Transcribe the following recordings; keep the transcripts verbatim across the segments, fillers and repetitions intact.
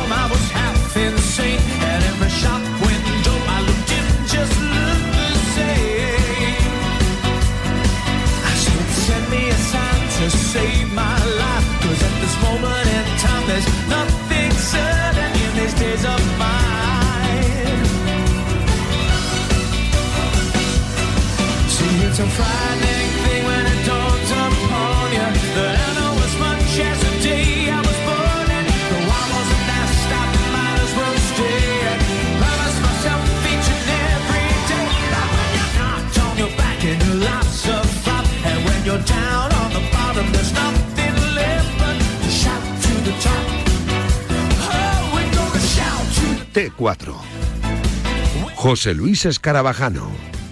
home I was half insane. At every shop window I looked in, just looked the same. I said, send me a sign to save my life, 'cause at this moment in time there's nothing certain in these days of mine. See, it's a frightening thing when it dawns upon you that I know as much as the day I was born, and though I wasn't asked, I might as well stay and promise myself each and every day that when you're not on your back and your life's a flop, and when you're down on the bottom there's nothing left but to shout to the top. Oh, we're gonna shout to the T cuatro. José Luis Escarabajano.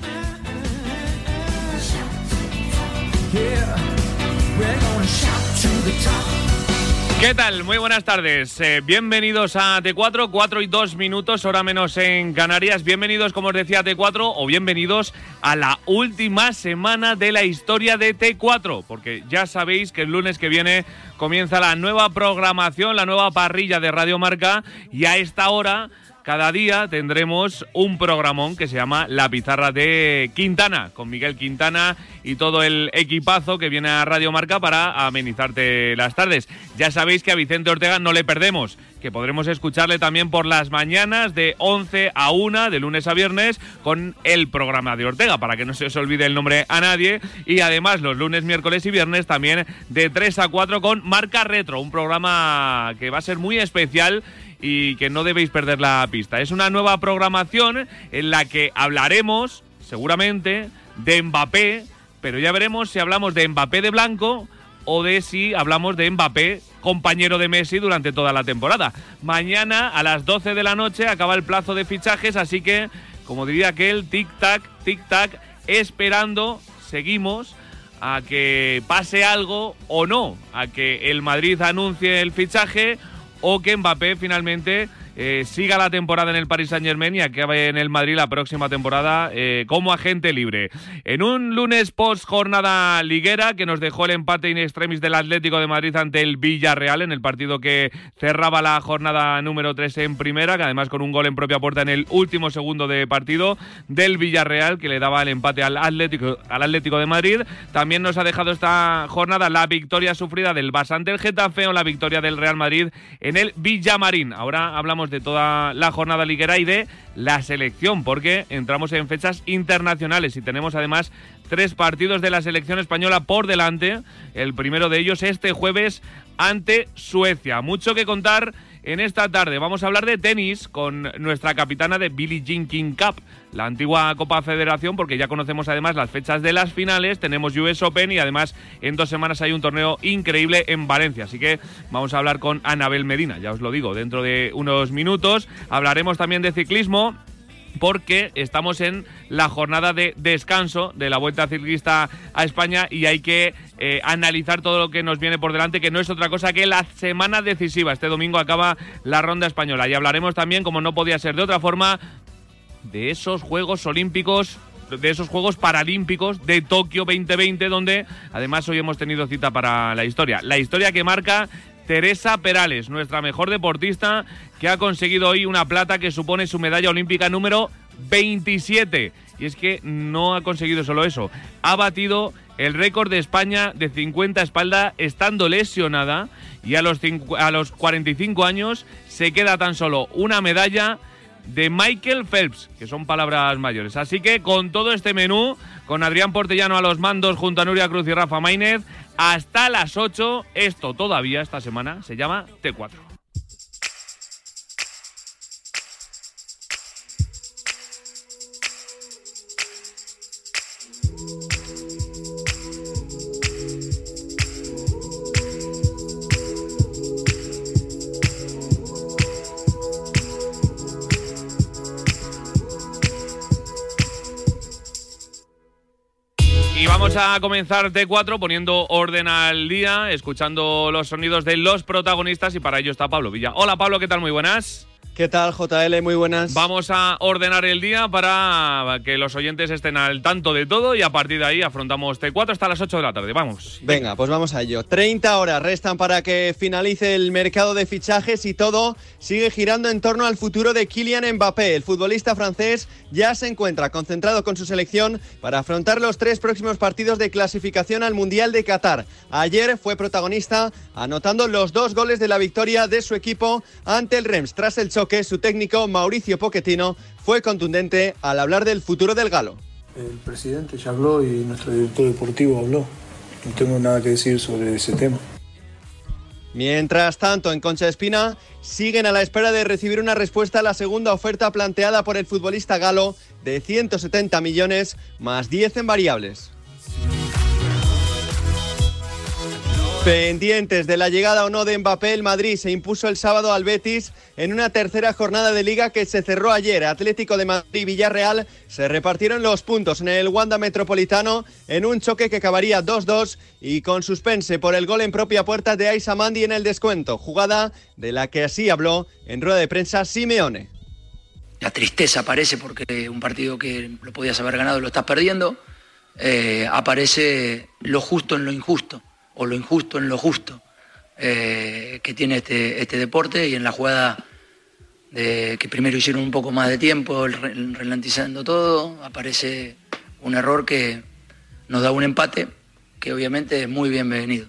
¿Qué tal? Muy buenas tardes. Eh, bienvenidos a T cuatro, cuatro y dos minutos, hora menos en Canarias. Bienvenidos, como os decía, a T cuatro, o bienvenidos a la última semana de la historia de T cuatro, porque ya sabéis que el lunes que viene comienza la nueva programación, la nueva parrilla de Radio Marca, y a esta hora cada día tendremos un programón que se llama La Pizarra de Quintana, con Miguel Quintana y todo el equipazo que viene a Radio Marca para amenizarte las tardes. Ya sabéis que a Vicente Ortega no le perdemos, que podremos escucharle también por las mañanas de once a una, de lunes a viernes, con el programa de Ortega, para que no se os olvide el nombre a nadie. Y además los lunes, miércoles y viernes también de tres a cuatro con Marca Retro, un programa que va a ser muy especial y que no debéis perder la pista. Es una nueva programación en la que hablaremos, seguramente, de Mbappé, pero ya veremos si hablamos de Mbappé de blanco o de si hablamos de Mbappé, compañero de Messi durante toda la temporada. Mañana a las doce de la noche acaba el plazo de fichajes, así que, como diría aquel, tic-tac, tic-tac, esperando, seguimos a que pase algo o no, a que el Madrid anuncie el fichaje o que Mbappé finalmente eh, siga la temporada en el Paris Saint-Germain y acabe en el Madrid la próxima temporada eh, como agente libre. En un lunes post jornada liguera que nos dejó el empate in extremis del Atlético de Madrid ante el Villarreal en el partido que cerraba la jornada número tres en primera, que además con un gol en propia puerta en el último segundo de partido del Villarreal, que le daba el empate al Atlético, al Atlético de Madrid. También nos ha dejado esta jornada la victoria sufrida del Barça ante el Getafe o la victoria del Real Madrid en el Villamarín. Ahora hablamos de toda la jornada liguera y de la selección, porque entramos en fechas internacionales y tenemos además tres partidos de la selección española por delante. El primero de ellos este jueves ante Suecia. Mucho que contar en esta tarde. Vamos a hablar de tenis con nuestra capitana de Billie Jean King Cup, la antigua Copa Federación, porque ya conocemos además las fechas de las finales. Tenemos U S Open y además en dos semanas hay un torneo increíble en Valencia. Así que vamos a hablar con Anabel Medina, ya os lo digo, dentro de unos minutos. Hablaremos también de ciclismo, porque estamos en la jornada de descanso de la Vuelta Ciclista a España y hay que eh, analizar todo lo que nos viene por delante, que no es otra cosa que la semana decisiva. Este domingo acaba la ronda española y hablaremos también, como no podía ser de otra forma, de esos Juegos Olímpicos, de esos Juegos Paralímpicos de Tokio veinte veinte, donde además hoy hemos tenido cita para la historia. La historia que marca Teresa Perales, nuestra mejor deportista, que ha conseguido hoy una plata que supone su medalla olímpica número veintisiete. Y es que no ha conseguido solo eso, ha batido el récord de España de cincuenta espalda estando lesionada, y a los, cincu- a los cuarenta y cinco años se queda tan solo una medalla de Michael Phelps, que son palabras mayores. Así que con todo este menú, con Adrián Portellano a los mandos junto a Nuria Cruz y Rafa Maínez, hasta las ocho, esto todavía esta semana se llama T cuatro. Y vamos a comenzar T cuatro poniendo orden al día, escuchando los sonidos de los protagonistas, y para ello está Pablo Villa. Hola Pablo, ¿qué tal? Muy buenas. ¿Qué tal, J L? Muy buenas. Vamos a ordenar el día para que los oyentes estén al tanto de todo y a partir de ahí afrontamos T cuatro hasta las ocho de la tarde. Vamos. Venga, pues vamos a ello. treinta horas restan para que finalice el mercado de fichajes y todo sigue girando en torno al futuro de Kylian Mbappé. El futbolista francés ya se encuentra concentrado con su selección para afrontar los tres próximos partidos de clasificación al Mundial de Qatar. Ayer fue protagonista anotando los dos goles de la victoria de su equipo ante el Reims. Tras el choque, que su técnico Mauricio Pochettino fue contundente al hablar del futuro del galo. El presidente ya habló y nuestro director deportivo habló. No tengo nada que decir sobre ese tema. Mientras tanto, en Concha Espina siguen a la espera de recibir una respuesta a la segunda oferta planteada por el futbolista galo de ciento setenta millones más diez en variables. Pendientes de la llegada o no de Mbappé, el Madrid se impuso el sábado al Betis en una tercera jornada de Liga que se cerró ayer. Atlético de Madrid y Villarreal se repartieron los puntos en el Wanda Metropolitano en un choque que acabaría dos dos y con suspense por el gol en propia puerta de Aissa Mandi en el descuento, jugada de la que así habló en rueda de prensa Simeone. La tristeza aparece porque un partido que lo podías haber ganado lo estás perdiendo, eh, aparece lo justo en lo injusto. O lo injusto en lo justo eh, que tiene este, este deporte, y en la jugada de que primero hicieron un poco más de tiempo, ralentizando todo, aparece un error que nos da un empate que obviamente es muy bienvenido.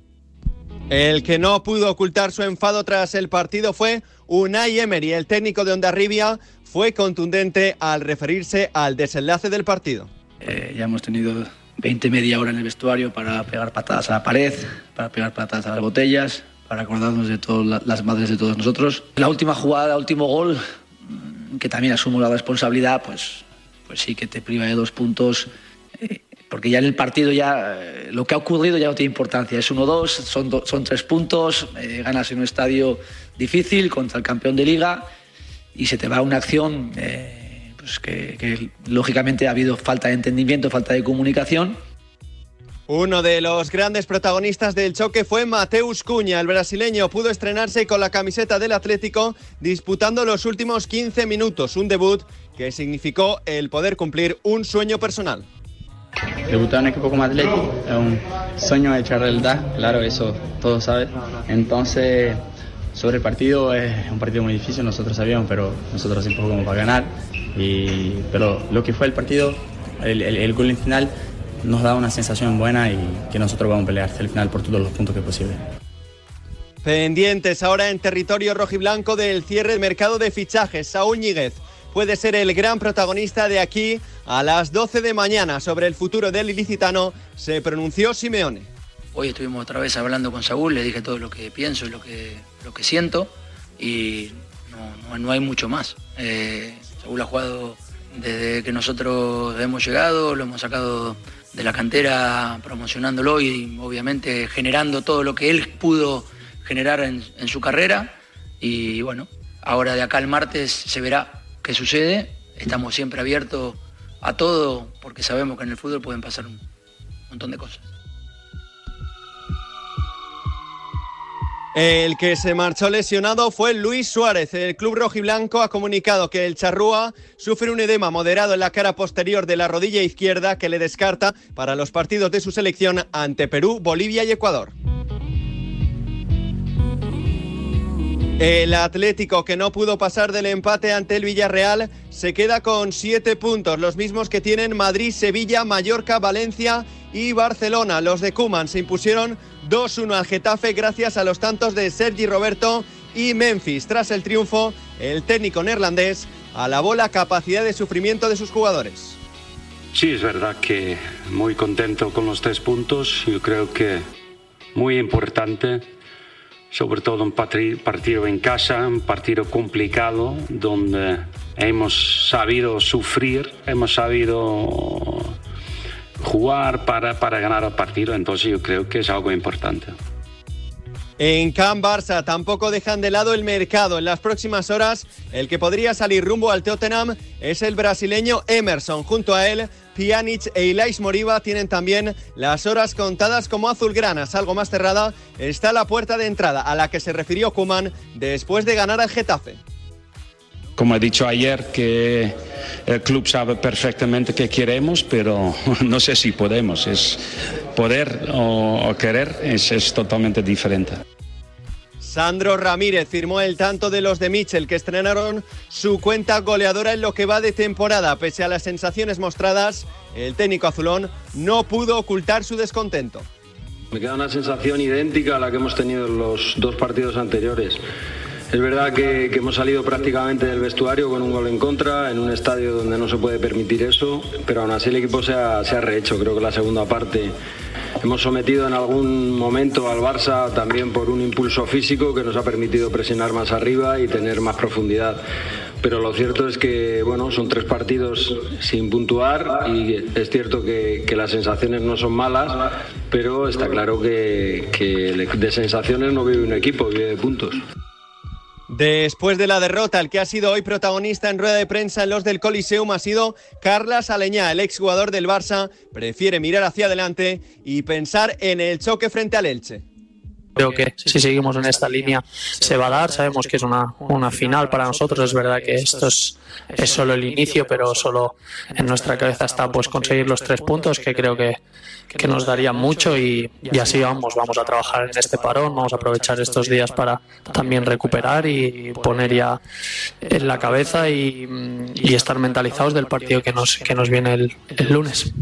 El que no pudo ocultar su enfado tras el partido fue Unai Emery. El técnico de Hondarribia fue contundente al referirse al desenlace del partido. Eh, ya hemos tenido veinte media hora en el vestuario para pegar patadas a la pared, para pegar patadas a las botellas, para acordarnos de todas las madres de todos nosotros. La última jugada, el último gol, que también asumo la responsabilidad, pues, pues sí que te priva de dos puntos, eh, porque ya en el partido ya eh, lo que ha ocurrido ya no tiene importancia. Es uno dos, son, do, son tres puntos, eh, ganas en un estadio difícil contra el campeón de Liga y se te va una acción Eh, Pues que, que lógicamente ha habido falta de entendimiento, falta de comunicación. Uno de los grandes protagonistas del choque fue Mateus Cunha. El brasileño pudo estrenarse con la camiseta del Atlético disputando los últimos quince minutos, un debut que significó el poder cumplir un sueño personal. Debutar en un equipo como Atlético es un sueño hecho realidad, claro, eso todos saben. Entonces, sobre el partido, es un partido muy difícil, nosotros sabíamos, pero nosotros siempre jugamos para ganar. Y, pero lo que fue el partido, el, el, el gol en final, nos da una sensación buena y que nosotros vamos a pelear hasta el final por todos los puntos que es posible. Pendientes ahora en territorio rojiblanco del cierre del mercado de fichajes. Saúl Ñíguez puede ser el gran protagonista de aquí a las doce de mañana. Sobre el futuro del ilicitano se pronunció Simeone. Hoy estuvimos otra vez hablando con Saúl, le dije todo lo que pienso y lo que, lo que siento, y no, no, no hay mucho más. Eh, Saúl ha jugado desde que nosotros hemos llegado, lo hemos sacado de la cantera promocionándolo y obviamente generando todo lo que él pudo generar en, en su carrera. Y bueno, ahora de acá al martes se verá qué sucede. Estamos siempre abiertos a todo porque sabemos que en el fútbol pueden pasar un montón de cosas. El que se marchó lesionado fue Luis Suárez. El club rojiblanco ha comunicado que el charrúa sufre un edema moderado en la cara posterior de la rodilla izquierda que le descarta para los partidos de su selección ante Perú, Bolivia y Ecuador. El Atlético, que no pudo pasar del empate ante el Villarreal, se queda con siete puntos, los mismos que tienen Madrid, Sevilla, Mallorca, Valencia y Barcelona. Los de Koeman se impusieron dos uno al Getafe gracias a los tantos de Sergi Roberto y Memphis. Tras el triunfo, el técnico neerlandés alabó la capacidad de sufrimiento de sus jugadores. Sí, es verdad que muy contento con los tres puntos. Yo creo que muy importante, sobre todo un partido en casa, un partido complicado, donde hemos sabido sufrir, hemos sabido jugar para, para ganar el partido, entonces yo creo que es algo importante. En Can Barça tampoco dejan de lado el mercado. En las próximas horas, el que podría salir rumbo al Tottenham es el brasileño Emerson. Junto a él, Pjanic e Ilais Moriba tienen también las horas contadas como azulgranas. Algo más cerrada está la puerta de entrada, a la que se refirió Koeman después de ganar al Getafe. como he dicho ayer, que el club sabe perfectamente qué queremos, pero no sé si podemos. Es poder o, o querer es, es totalmente diferente. Sandro Ramírez firmó el tanto de los de Mitchell, que estrenaron su cuenta goleadora en lo que va de temporada. Pese a las sensaciones mostradas, el técnico azulón no pudo ocultar su descontento. Me queda una sensación idéntica a la que hemos tenido en los dos partidos anteriores. Es verdad que, que hemos salido prácticamente del vestuario con un gol en contra, en un estadio donde no se puede permitir eso, pero aún así el equipo se ha, se ha rehecho. Creo que la segunda parte hemos sometido en algún momento al Barça también por un impulso físico que nos ha permitido presionar más arriba y tener más profundidad. Pero lo cierto es que bueno, son tres partidos sin puntuar y es cierto que, que las sensaciones no son malas, pero está claro que, que de sensaciones no vive un equipo, vive de puntos. Después de la derrota, el que ha sido hoy protagonista en rueda de prensa en los del Coliseum ha sido Carlas Aleñá. El exjugador del Barça prefiere mirar hacia adelante y pensar en el choque frente al Elche. Creo que si seguimos en esta línea se va a dar, sabemos que es una, una final para nosotros, es verdad que esto es, es solo el inicio, pero solo en nuestra cabeza está pues conseguir los tres puntos, que creo que, que nos daría mucho y, y así vamos, vamos a trabajar en este parón, vamos a aprovechar estos días para también recuperar y poner ya en la cabeza y, y estar mentalizados del partido que nos, que nos viene el, el lunes.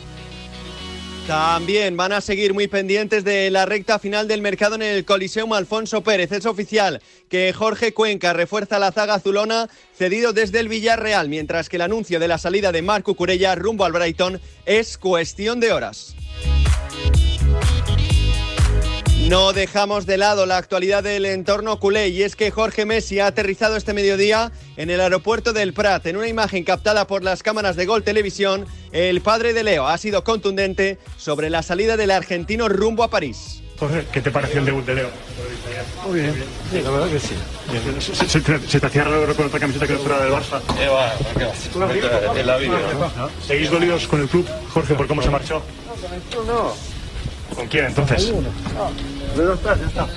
También van a seguir muy pendientes de la recta final del mercado en el Coliseum Alfonso Pérez. Es oficial que Jorge Cuenca refuerza la zaga azulona, cedido desde el Villarreal, mientras que el anuncio de la salida de Marc Cucurella rumbo al Brighton es cuestión de horas. No dejamos de lado la actualidad del entorno culé y es que Jorge Messi ha aterrizado este mediodía en el aeropuerto del Prat. En una imagen captada por las cámaras de Gol Televisión, el padre de Leo ha sido contundente sobre la salida del argentino rumbo a París. Jorge, ¿qué te pareció el debut de Leo? Muy bien, sí, la verdad que sí. Bien. ¿Se, se, te, ¿Se te hacía raro con otra camiseta que no fuera del Barça? Eh, va, ¿qué vas? En la vida, ¿no? ¿Seguís dolidos con el club, Jorge, por cómo se marchó? No, no. ¿Con quién entonces? No, está, ya está.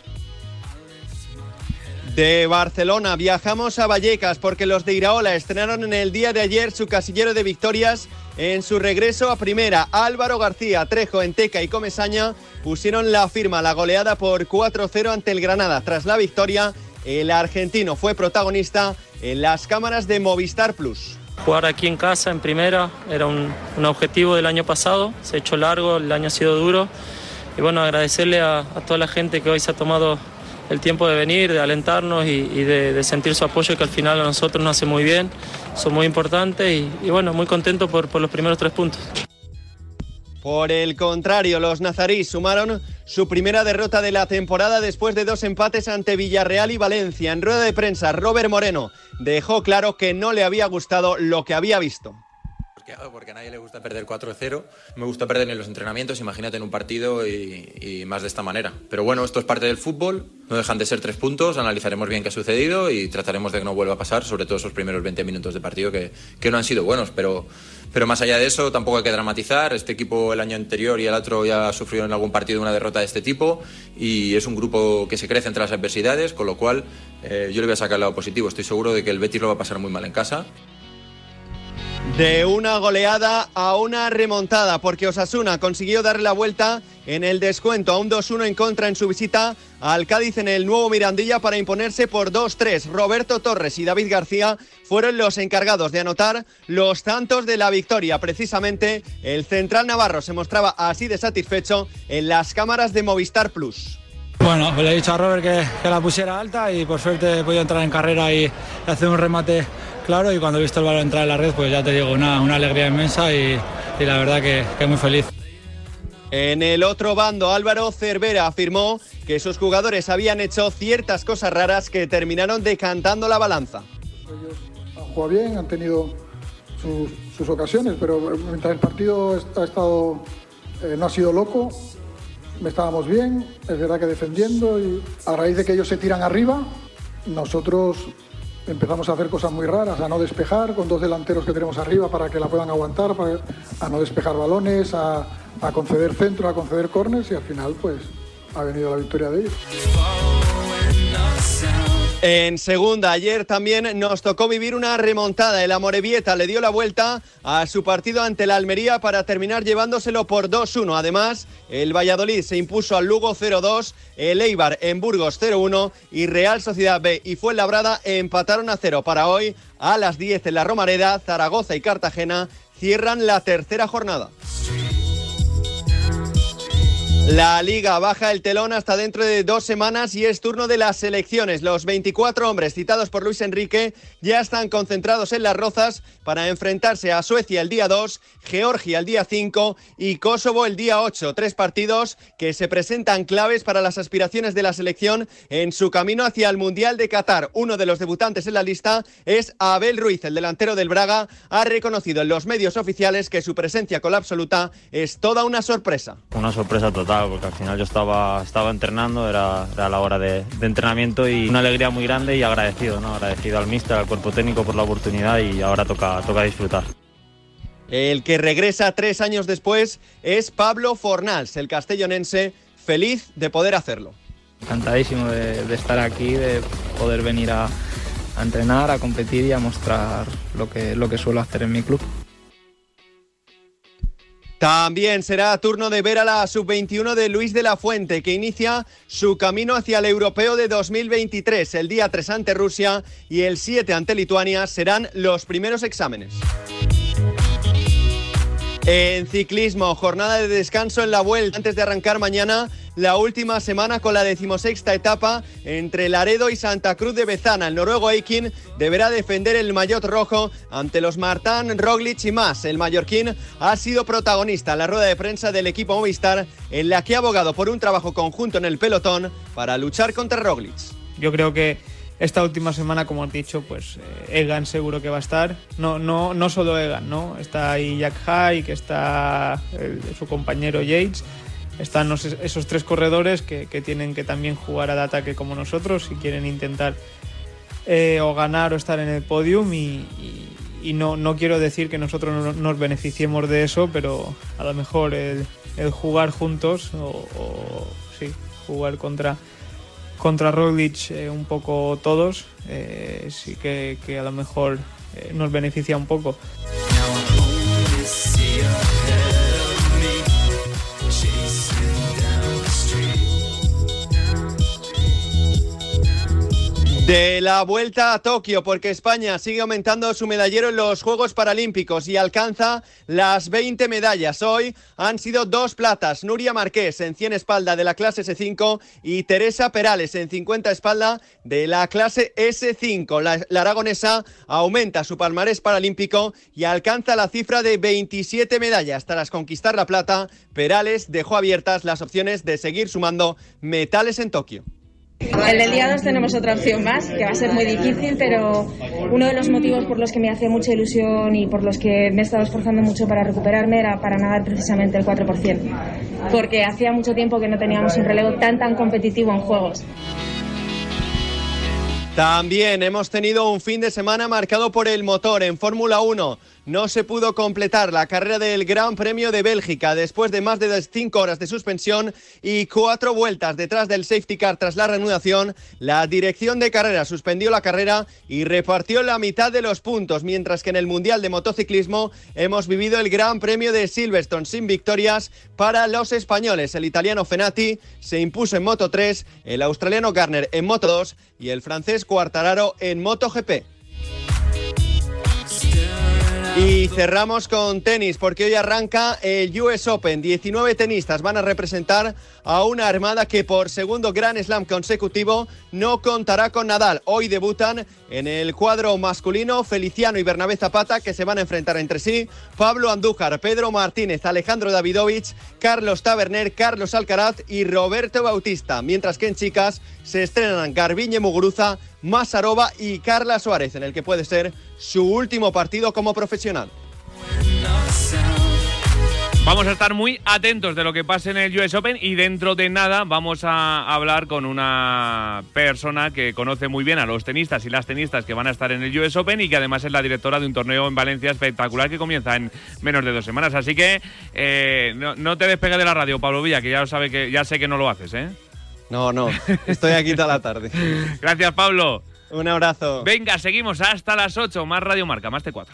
De Barcelona viajamos a Vallecas porque los de Iraola estrenaron en el día de ayer su casillero de victorias en su regreso a primera. Álvaro García, Trejo, Enteca y Comesaña pusieron la firma a la goleada por cuatro cero ante el Granada. Tras la victoria, el argentino fue protagonista en las cámaras de Movistar Plus. Jugar aquí en casa, en primera, era un, un objetivo del año pasado, se ha hecho largo, el año ha sido duro y bueno, agradecerle a, a toda la gente que hoy se ha tomado el tiempo de venir, de alentarnos y, y de, de sentir su apoyo, que al final a nosotros nos hace muy bien, son muy importantes y, y bueno, muy contento por, por los primeros tres puntos. Por el contrario, los nazarís sumaron su primera derrota de la temporada después de dos empates ante Villarreal y Valencia. En rueda de prensa, Robert Moreno dejó claro que no le había gustado lo que había visto. Porque, porque a nadie le gusta perder cuatro cero, me gusta perder en los entrenamientos, imagínate en un partido y, y más de esta manera. Pero bueno, esto es parte del fútbol, no dejan de ser tres puntos, analizaremos bien qué ha sucedido y trataremos de que no vuelva a pasar, sobre todo esos primeros veinte minutos de partido que, que no han sido buenos, pero... Pero más allá de eso, tampoco hay que dramatizar. Este equipo el año anterior y el otro ya sufrió en algún partido una derrota de este tipo y es un grupo que se crece entre las adversidades, con lo cual eh, yo le voy a sacar el lado positivo. Estoy seguro de que el Betis lo va a pasar muy mal en casa. De una goleada a una remontada, porque Osasuna consiguió darle la vuelta en el descuento a un dos uno en contra en su visita al Cádiz en el nuevo Mirandilla para imponerse por dos tres. Roberto Torres y David García fueron los encargados de anotar los tantos de la victoria. Precisamente el central navarro se mostraba así de satisfecho en las cámaras de Movistar Plus. Bueno, pues le he dicho a Robert que, que la pusiera alta y por suerte he podido entrar en carrera y hacer un remate claro, y cuando he visto el balón entrar en la red, pues ya te digo, una, una alegría inmensa y, y la verdad que, que muy feliz. En el otro bando, Álvaro Cervera afirmó que sus jugadores habían hecho ciertas cosas raras que terminaron decantando la balanza. Ellos han jugado bien, han tenido sus, sus ocasiones, pero mientras el partido ha estado, eh, no ha sido loco, estábamos bien, es verdad que defendiendo, y a raíz de que ellos se tiran arriba, nosotros empezamos a hacer cosas muy raras, a no despejar con dos delanteros que tenemos arriba para que la puedan aguantar, para, a no despejar balones, a, a conceder centro, a conceder córners y al final pues ha venido la victoria de ellos. En segunda, ayer también nos tocó vivir una remontada. El Amorebieta le dio la vuelta a su partido ante la Almería para terminar llevándoselo por dos uno. Además, el Valladolid se impuso al Lugo cero dos, el Eibar en Burgos cero uno y Real Sociedad B y Fuenlabrada empataron a cero. Para hoy, a las diez en la Romareda, Zaragoza y Cartagena cierran la tercera jornada. La Liga baja el telón hasta dentro de dos semanas y es turno de las selecciones. Los veinticuatro hombres citados por Luis Enrique ya están concentrados en Las Rozas para enfrentarse a Suecia el día dos, Georgia el día cinco y Kosovo el día ocho. Tres partidos que se presentan claves para las aspiraciones de la selección en su camino hacia el Mundial de Qatar. Uno de los debutantes en la lista es Abel Ruiz, el delantero del Braga. Ha reconocido en los medios oficiales que su presencia con la absoluta es toda una sorpresa. Una sorpresa total, porque al final yo estaba, estaba entrenando, era, era la hora de, de entrenamiento y una alegría muy grande y agradecido, ¿no? Agradecido al míster, al cuerpo técnico por la oportunidad y ahora toca, toca disfrutar. El que regresa tres años después es Pablo Fornals, el castellonense, feliz de poder hacerlo. Encantadísimo de, de estar aquí, de poder venir a, a entrenar, a competir y a mostrar lo que, lo que suelo hacer en mi club. También será turno de ver a la sub veintiuno de Luis de la Fuente, que inicia su camino hacia el Europeo de dos mil veintitrés. El día tres ante Rusia y el siete ante Lituania serán los primeros exámenes. En ciclismo, jornada de descanso en la Vuelta antes de arrancar mañana la última semana con la decimosexta etapa entre Laredo y Santa Cruz de Bezana. El noruego Eikin deberá defender el maillot rojo ante los Martin, Roglic y más. El mallorquín ha sido protagonista en la rueda de prensa del equipo Movistar, en la que ha abogado por un trabajo conjunto en el pelotón para luchar contra Roglic. Yo creo que esta última semana, como has dicho, pues eh, Egan seguro que va a estar. No, no, no solo Egan, ¿no? Está ahí Jack Haig, que está el, su compañero Yates. Están los, esos tres corredores que, que tienen que también jugar al ataque como nosotros si quieren intentar eh, o ganar o estar en el podium. Y, y, y no, no quiero decir que nosotros no, nos beneficiemos de eso, pero a lo mejor el, el jugar juntos o, o sí, jugar contra... contra Roglic eh, un poco todos, eh, sí que, que a lo mejor eh, nos beneficia un poco. De la vuelta a Tokio, porque España sigue aumentando su medallero en los Juegos Paralímpicos y alcanza las veinte medallas. Hoy han sido dos platas: Nuria Marqués en cien espalda de la clase ese cinco y Teresa Perales en cincuenta espalda de la clase ese cinco. La, la aragonesa aumenta su palmarés paralímpico y alcanza la cifra de veintisiete medallas. Tras conquistar la plata, Perales dejó abiertas las opciones de seguir sumando metales en Tokio. En el día dos tenemos otra opción más, que va a ser muy difícil, pero uno de los motivos por los que me hace mucha ilusión y por los que me he estado esforzando mucho para recuperarme era para nadar precisamente el cuatro por ciento, porque hacía mucho tiempo que no teníamos un relevo tan tan competitivo en Juegos. También hemos tenido un fin de semana marcado por el motor. En Fórmula uno no se pudo completar la carrera del Gran Premio de Bélgica después de más de cinco horas de suspensión y cuatro vueltas detrás del safety car tras la reanudación. La dirección de carrera suspendió la carrera y repartió la mitad de los puntos, mientras que en el Mundial de Motociclismo hemos vivido el Gran Premio de Silverstone sin victorias para los españoles. El italiano Fenati se impuso en Moto tres, el australiano Garner en Moto dos y el francés Quartararo en MotoGP. Y cerramos con tenis, porque hoy arranca el U S Open. diecinueve tenistas van a representar a una armada que por segundo Grand Slam consecutivo no contará con Nadal. Hoy debutan en el cuadro masculino Feliciano y Bernabé Zapata, que se van a enfrentar entre sí. Pablo Andújar, Pedro Martínez, Alejandro Davidovich, Carlos Taberner, Carlos Alcaraz y Roberto Bautista. Mientras que en chicas se estrenan Garbiñe Muguruza, Masarova y Carla Suárez, en el que puede ser su último partido como profesional. Vamos a estar muy atentos de lo que pase en el U S Open y dentro de nada vamos a hablar con una persona que conoce muy bien a los tenistas y las tenistas que van a estar en el U S Open y que además es la directora de un torneo en Valencia espectacular que comienza en menos de dos semanas. Así que eh, no, no te despegues de la radio, Pablo Villa, que ya, sabe que ya sé que no lo haces, ¿eh? No, no, estoy aquí toda la tarde. Gracias, Pablo. Un abrazo. Venga, seguimos hasta las ocho. Más Radio Marca, más T cuatro.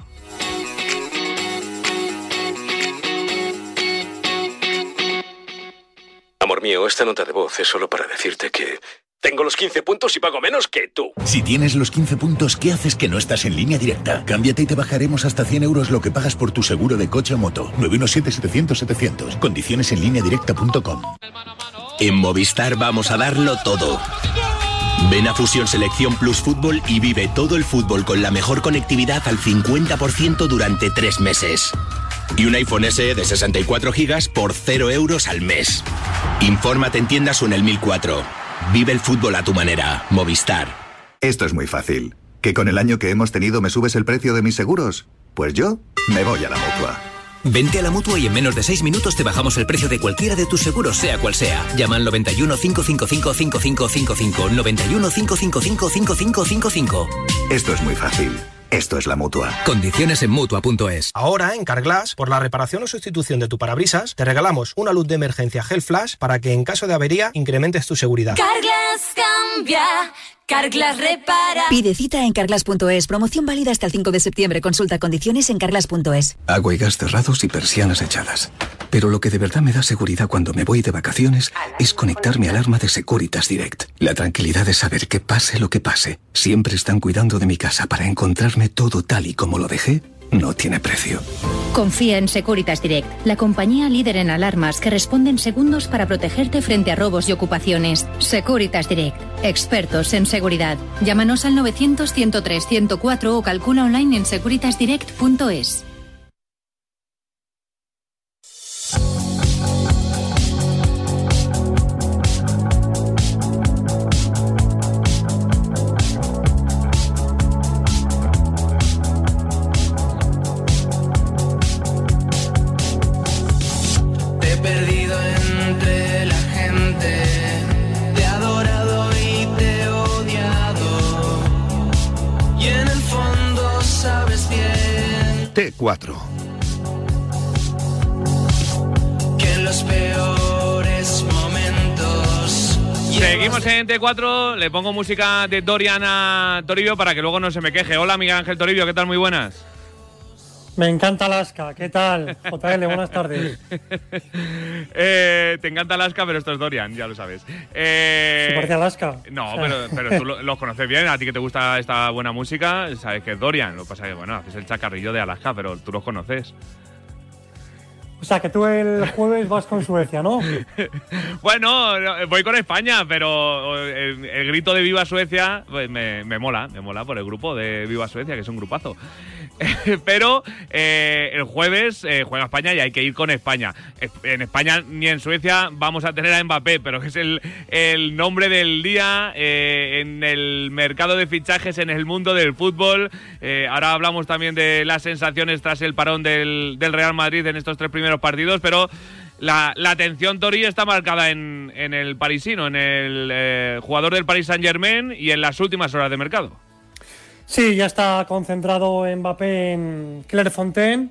Amor mío, esta nota de voz es solo para decirte que tengo los quince puntos y pago menos que tú. Si tienes los quince puntos, ¿qué haces que no estás en Línea Directa? Cámbiate y te bajaremos hasta cien euros lo que pagas por tu seguro de coche o moto. nueve uno siete, setecientos, setecientos. Condiciones en línea directa punto com. En Movistar vamos a darlo todo. Ven a Fusión Selección Plus Fútbol y vive todo el fútbol con la mejor conectividad al cincuenta por ciento durante tres meses. Y un iPhone ese E de sesenta y cuatro gigas por cero euros al mes. Infórmate en tiendas o en el mil cuatro. Vive el fútbol a tu manera. Movistar. Esto es muy fácil. ¿Que con el año que hemos tenido me subes el precio de mis seguros? Pues yo me voy a la Mutua. Vente a la Mutua y en menos de seis minutos te bajamos el precio de cualquiera de tus seguros, sea cual sea. Llama al noventa y uno, cinco cinco cinco, cinco cinco cinco cinco, noventa y uno, cinco cinco cinco, cinco cinco cinco cinco. Esto es muy fácil. Esto es la Mutua. Condiciones en Mutua punto es. Ahora, en Carglass, por la reparación o sustitución de tu parabrisas, te regalamos una luz de emergencia Gel Flash para que en caso de avería incrementes tu seguridad. Carglass cambia, Carglass repara. Pide cita en Carglass punto es. Promoción válida hasta el cinco de septiembre. Consulta condiciones en Carglass punto es. Agua y gas cerrados y persianas echadas. Pero lo que de verdad me da seguridad cuando me voy de vacaciones es conectar mi alarma de Securitas Direct. La tranquilidad de saber que pase lo que pase, siempre están cuidando de mi casa para encontrarme todo tal y como lo dejé, no tiene precio. Confía en Securitas Direct, la compañía líder en alarmas que responde en segundos para protegerte frente a robos y ocupaciones. Securitas Direct, expertos en seguridad. Llámanos al novecientos, ciento tres, ciento cuatro o calcula online en securitas direct punto es. T cuatro. Que en los peores momentos. Seguimos en T cuatro, le pongo música de Dorian a Toribio para que luego no se me queje. Hola, Miguel Ángel Toribio, ¿qué tal? Muy buenas. Me encanta Alaska, ¿qué tal? J L, buenas tardes. eh, te encanta Alaska, pero esto es Dorian, ya lo sabes. Eh, ¿Se parece a Alaska? No, o sea. pero, pero tú lo, los conoces bien, a ti que te gusta esta buena música, sabes que es Dorian. Lo que pasa es que, bueno, haces el chacarrillo de Alaska, pero tú los conoces. O sea, que tú el jueves vas con Suecia, ¿no? Bueno, voy con España, pero el, el grito de Viva Suecia pues me, me mola, me mola por el grupo de Viva Suecia, que es un grupazo. Pero eh, el jueves eh, juega España y hay que ir con España. En España ni en Suecia vamos a tener a Mbappé, pero que es el, el nombre del día eh, en el mercado de fichajes, en el mundo del fútbol. Eh, ahora hablamos también de las sensaciones tras el parón del, del Real Madrid en estos tres primeros partidos, pero la, la atención, Tori, está marcada en, en el parisino, en el eh, jugador del Paris Saint-Germain y en las últimas horas de mercado. Sí, ya está concentrado Mbappé en Clairefontaine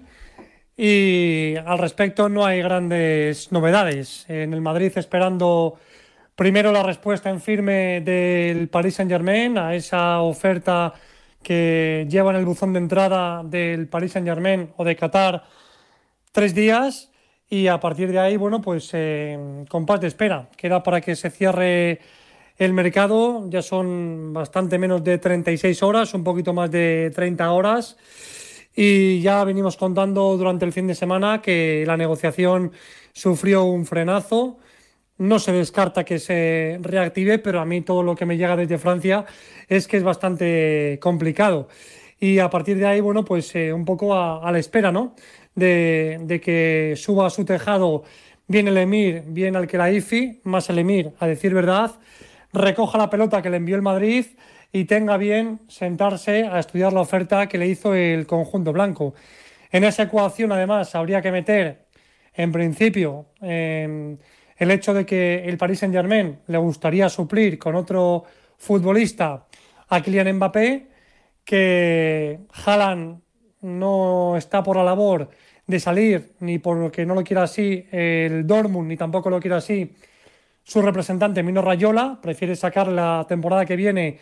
y al respecto no hay grandes novedades. En el Madrid esperando primero la respuesta en firme del Paris Saint-Germain a esa oferta que lleva en el buzón de entrada del Paris Saint-Germain o de Qatar tres días y a partir de ahí, bueno, pues eh, compás de espera. Queda para que se cierre el mercado, ya son bastante menos de treinta y seis horas, un poquito más de treinta horas y ya venimos contando durante el fin de semana que la negociación sufrió un frenazo. No se descarta que se reactive, pero a mí todo lo que me llega desde Francia es que es bastante complicado. Y a partir de ahí, bueno, pues eh, un poco a, a la espera, ¿no? De, de que suba a su tejado bien el Emir, bien Al-Khelaifi, más el Emir, a decir verdad, recoja la pelota que le envió el Madrid y tenga bien sentarse a estudiar la oferta que le hizo el conjunto blanco. En esa ecuación, además, habría que meter, en principio, eh, el hecho de que el Paris Saint-Germain le gustaría suplir con otro futbolista a Kylian Mbappé, que Haaland no está por la labor de salir, ni porque no lo quiera así el Dortmund, ni tampoco lo quiera así su representante Mino Raiola, prefiere sacar la temporada que viene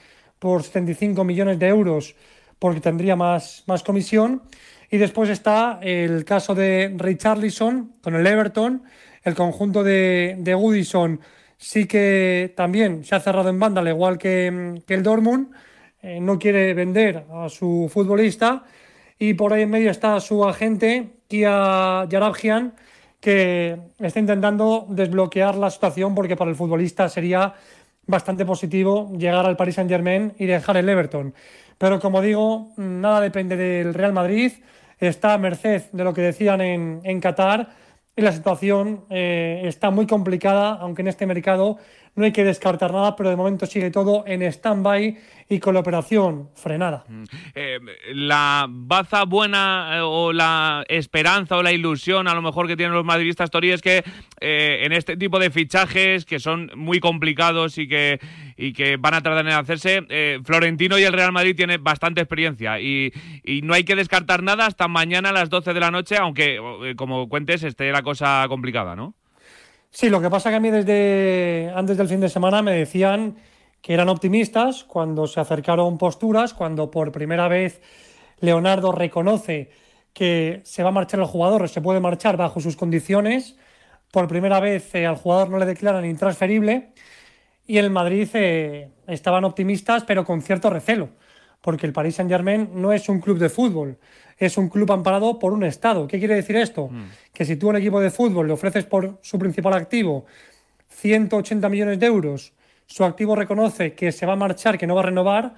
por setenta y cinco millones de euros porque tendría más, más comisión. Y después está el caso de Richarlison con el Everton. El conjunto de, de Goodison sí que también se ha cerrado en banda, al igual que, que el Dortmund. Eh, no quiere vender a su futbolista. Y por ahí en medio está su agente, Kia Jarabjian, que está intentando desbloquear la situación porque para el futbolista sería bastante positivo llegar al Paris Saint-Germain y dejar el Everton. Pero como digo, nada depende del Real Madrid, está a merced de lo que decían en, en Qatar y la situación eh, está muy complicada, aunque en este mercado no hay que descartar nada, pero de momento sigue todo en stand-by y con la operación frenada. Eh, la baza buena eh, o la esperanza o la ilusión a lo mejor que tienen los madridistas, Tori, es que eh, en este tipo de fichajes que son muy complicados y que, y que van a tardar en hacerse, eh, Florentino y el Real Madrid tienen bastante experiencia y, y no hay que descartar nada hasta mañana a las doce de la noche, aunque eh, como cuentes esté la cosa complicada, ¿no? Sí, lo que pasa que a mí desde antes del fin de semana me decían que eran optimistas cuando se acercaron posturas, cuando por primera vez Leonardo reconoce que se va a marchar el jugador, se puede marchar bajo sus condiciones, por primera vez eh, al jugador no le declaran intransferible y en el Madrid eh, estaban optimistas pero con cierto recelo, porque el Paris Saint-Germain no es un club de fútbol, es un club amparado por un Estado. ¿Qué quiere decir esto? Mm. Que si tú a un equipo de fútbol le ofreces por su principal activo ciento ochenta millones de euros, su activo reconoce que se va a marchar, que no va a renovar,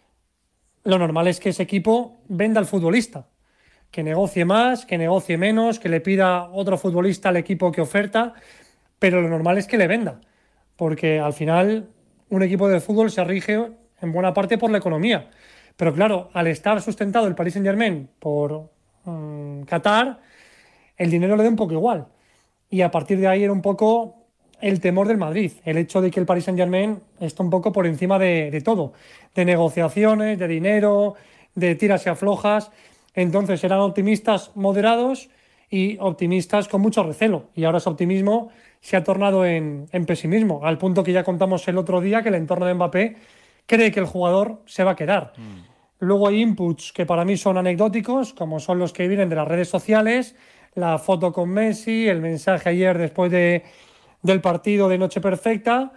lo normal es que ese equipo venda al futbolista, que negocie más, que negocie menos, que le pida otro futbolista al equipo que oferta, pero lo normal es que le venda, porque al final un equipo de fútbol se rige en buena parte por la economía. Pero claro, al estar sustentado el Paris Saint-Germain por um, Qatar, el dinero le da un poco igual. Y a partir de ahí era un poco el temor del Madrid, el hecho de que el Paris Saint-Germain está un poco por encima de, de todo, de negociaciones, de dinero, de tiras y aflojas. Entonces eran optimistas moderados y optimistas con mucho recelo. Y ahora ese optimismo se ha tornado en, en pesimismo, al punto que ya contamos el otro día que el entorno de Mbappé cree que el jugador se va a quedar. Mm. Luego hay inputs que para mí son anecdóticos, como son los que vienen de las redes sociales, la foto con Messi, el mensaje ayer después de, del partido de Noche Perfecta.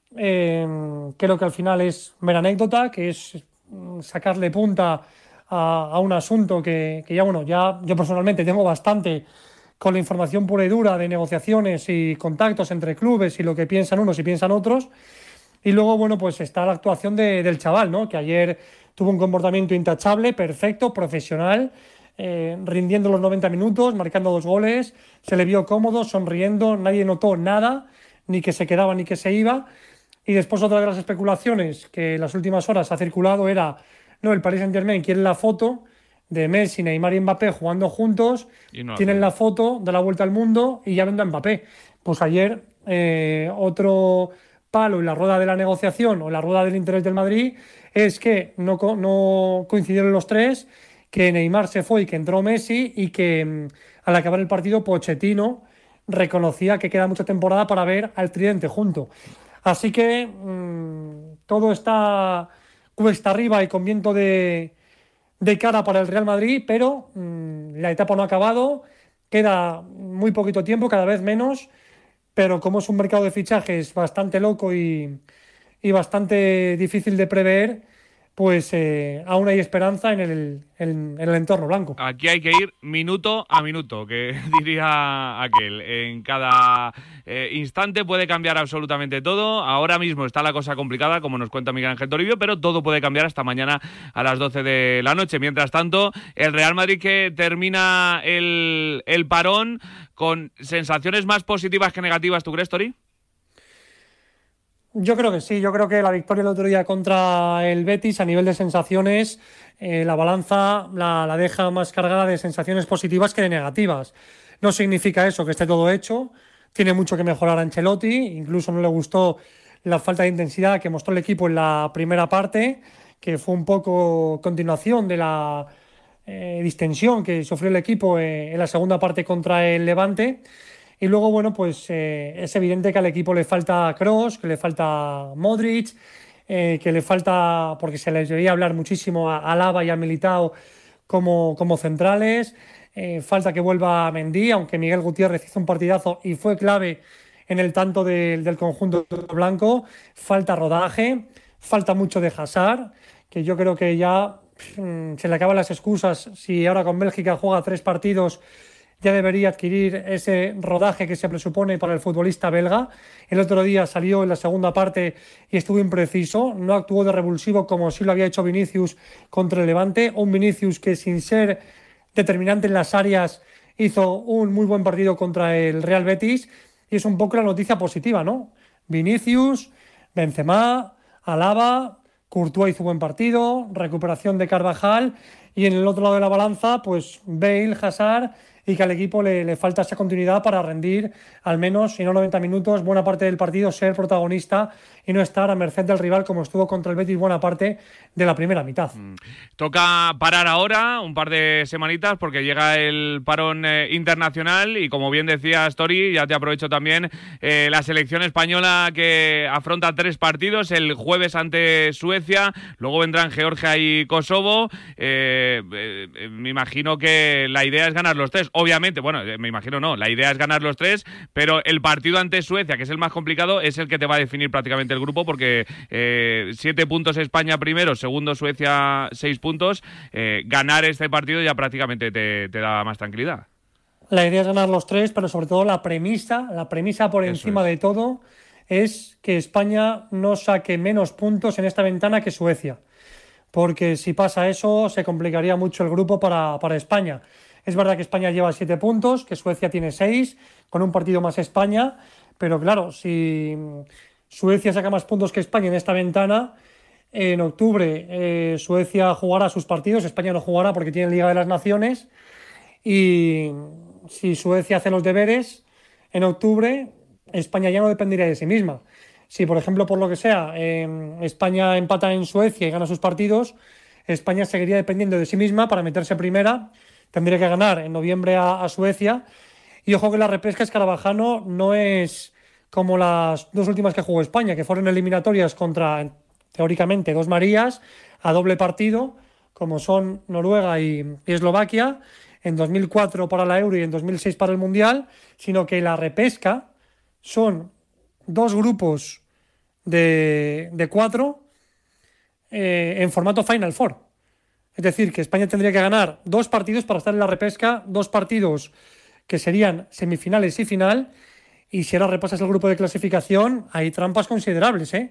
Eh, creo que al final es mera anécdota, que es sacarle punta a, a un asunto que, que ya, bueno, ya yo personalmente tengo bastante con la información pura y dura de negociaciones y contactos entre clubes y lo que piensan unos y piensan otros. Y luego, bueno, pues está la actuación de, del chaval, ¿no? Que ayer tuvo un comportamiento intachable, perfecto, profesional, eh, rindiendo los noventa minutos, marcando dos goles, se le vio cómodo, sonriendo, nadie notó nada, ni que se quedaba ni que se iba. Y después otra de las especulaciones que en las últimas horas ha circulado era, no, el Paris Saint-Germain quiere la foto de Messi, Neymar y Mbappé jugando juntos, y no tienen la foto de la vuelta al mundo y ya vende a Mbappé. Pues ayer eh, otro palo en la rueda de la negociación o la rueda del interés del Madrid es que no, no coincidieron los tres, que Neymar se fue y que entró Messi y que al acabar el partido Pochettino reconocía que queda mucha temporada para ver al tridente junto. Así que mmm, todo está cuesta arriba y con viento de, de cara para el Real Madrid, pero mmm, la etapa no ha acabado, queda muy poquito tiempo, cada vez menos. Pero como es un mercado de fichajes bastante loco y, y bastante difícil de prever, pues eh, aún hay esperanza en el, en, en el entorno blanco. Aquí hay que ir minuto a minuto, que diría aquel. En cada eh, instante puede cambiar absolutamente todo. Ahora mismo está la cosa complicada, como nos cuenta Miguel Ángel Toribio, pero todo puede cambiar hasta mañana a las doce de la noche. Mientras tanto, el Real Madrid que termina el, el parón con sensaciones más positivas que negativas, ¿tú crees, Tori? Yo creo que sí, yo creo que la victoria el otro día contra el Betis a nivel de sensaciones, eh, la balanza la, la deja más cargada de sensaciones positivas que de negativas. No significa eso que esté todo hecho, tiene mucho que mejorar a Ancelotti, incluso no le gustó la falta de intensidad que mostró el equipo en la primera parte, que fue un poco continuación de la eh, distensión que sufrió el equipo eh, en la segunda parte contra el Levante. Y luego, bueno, pues eh, es evidente que al equipo le falta Kroos, que le falta Modric, eh, que le falta, porque se les debería hablar muchísimo a Alaba y a Militao como, como centrales. Eh, falta que vuelva Mendy, aunque Miguel Gutiérrez hizo un partidazo y fue clave en el tanto de, del conjunto blanco. Falta rodaje, falta mucho de Hazard, que yo creo que ya mmm, se le acaban las excusas. Si ahora con Bélgica juega tres partidos, ya debería adquirir ese rodaje que se presupone para el futbolista belga. El otro día salió en la segunda parte y estuvo impreciso, no actuó de revulsivo como sí lo había hecho Vinicius contra el Levante, un Vinicius que sin ser determinante en las áreas hizo un muy buen partido contra el Real Betis, y es un poco la noticia positiva, ¿no? Vinicius, Benzema, Alaba, Courtois hizo buen partido, recuperación de Carvajal, y en el otro lado de la balanza, pues Bale, Hazard, y que al equipo le, le falta esa continuidad para rendir al menos, si no noventa minutos, buena parte del partido, ser protagonista y no estar a merced del rival como estuvo contra el Betis buena parte de la primera mitad. Mm. Toca parar ahora un par de semanitas porque llega el parón eh, internacional y como bien decía Story, ya te aprovecho también, eh, la selección española que afronta tres partidos, el jueves ante Suecia, luego vendrán Georgia y Kosovo. Eh, eh, me imagino que la idea es ganar los tres. Obviamente, bueno, me imagino no, la idea es ganar los tres, pero el partido ante Suecia, que es el más complicado, es el que te va a definir prácticamente el grupo, porque eh, siete puntos España primero, segundo Suecia seis puntos. Eh, ganar este partido ya prácticamente te, te da más tranquilidad. La idea es ganar los tres, pero sobre todo la premisa, la premisa por encima de todo es que España no saque menos puntos en esta ventana que Suecia, porque si pasa eso se complicaría mucho el grupo para, para España. Es verdad que España lleva siete puntos, que Suecia tiene seis, con un partido más España, pero claro, si Suecia saca más puntos que España en esta ventana, en octubre eh, Suecia jugará sus partidos, España no jugará porque tiene Liga de las Naciones, y si Suecia hace los deberes, en octubre España ya no dependería de sí misma. Si, por ejemplo, por lo que sea, eh, España empata en Suecia y gana sus partidos, España seguiría dependiendo de sí misma para meterse primera. Tendría que ganar en noviembre a, a Suecia. Y ojo que la repesca escarabajano no es como las dos últimas que jugó España, que fueron eliminatorias contra, teóricamente, dos Marías a doble partido, como son Noruega y, y Eslovaquia, en dos mil cuatro para la Euro y en dos mil seis para el Mundial, sino que la repesca son dos grupos de, de cuatro eh, en formato Final Four. Es decir, que España tendría que ganar dos partidos para estar en la repesca, dos partidos que serían semifinales y final, y si ahora repasas el grupo de clasificación, hay trampas considerables, ¿eh?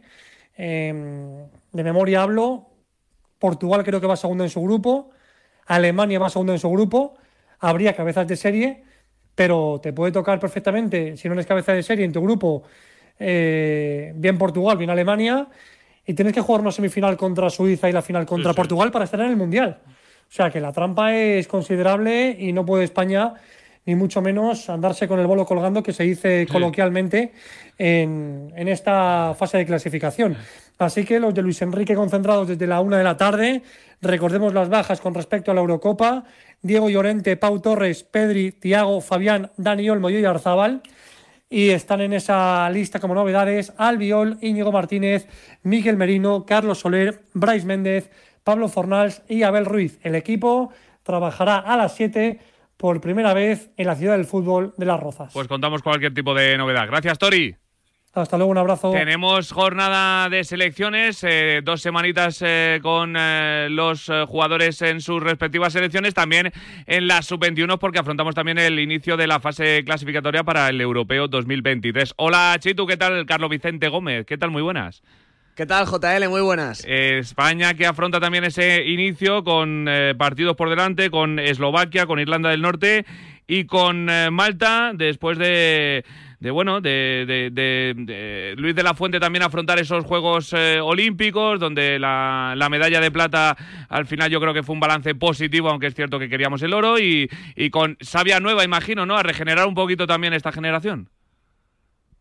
Eh, de memoria hablo, Portugal creo que va segundo en su grupo, Alemania va segundo en su grupo, habría cabezas de serie, pero te puede tocar perfectamente, si no eres cabeza de serie en tu grupo, eh, bien Portugal, bien Alemania, y tienes que jugar una semifinal contra Suiza y la final contra sí, sí. Portugal para estar en el Mundial. O sea que la trampa es considerable y no puede España ni mucho menos andarse con el bolo colgando, que se dice coloquialmente en, en esta fase de clasificación. Así que los de Luis Enrique concentrados desde la una de la tarde. Recordemos las bajas con respecto a la Eurocopa: Diego Llorente, Pau Torres, Pedri, Thiago, Fabián, Dani Olmo y Oyarzábal. Y están en esa lista como novedades Albiol, Íñigo Martínez, Miguel Merino, Carlos Soler, Brais Méndez, Pablo Fornals y Abel Ruiz. El equipo trabajará a las siete por primera vez en la ciudad del fútbol de Las Rozas. Pues contamos cualquier tipo de novedad. Gracias, Tori. Hasta luego, un abrazo. Tenemos jornada de selecciones, eh, dos semanitas eh, con eh, los eh, jugadores en sus respectivas selecciones, también en las sub veintiuno, porque afrontamos también el inicio de la fase clasificatoria para el Europeo dos mil veintitrés. Hola, Chitu, ¿qué tal? Carlos Vicente Gómez, ¿qué tal? Muy buenas. ¿Qué tal, J L? Muy buenas. Eh, España, que afronta también ese inicio con eh, partidos por delante, con Eslovaquia, con Irlanda del Norte y con eh, Malta, después de... de bueno, de, de, de, de Luis de la Fuente también afrontar esos Juegos eh, Olímpicos, donde la, la medalla de plata al final yo creo que fue un balance positivo, aunque es cierto que queríamos el oro, y, y con savia nueva, imagino, ¿no? A regenerar un poquito también esta generación.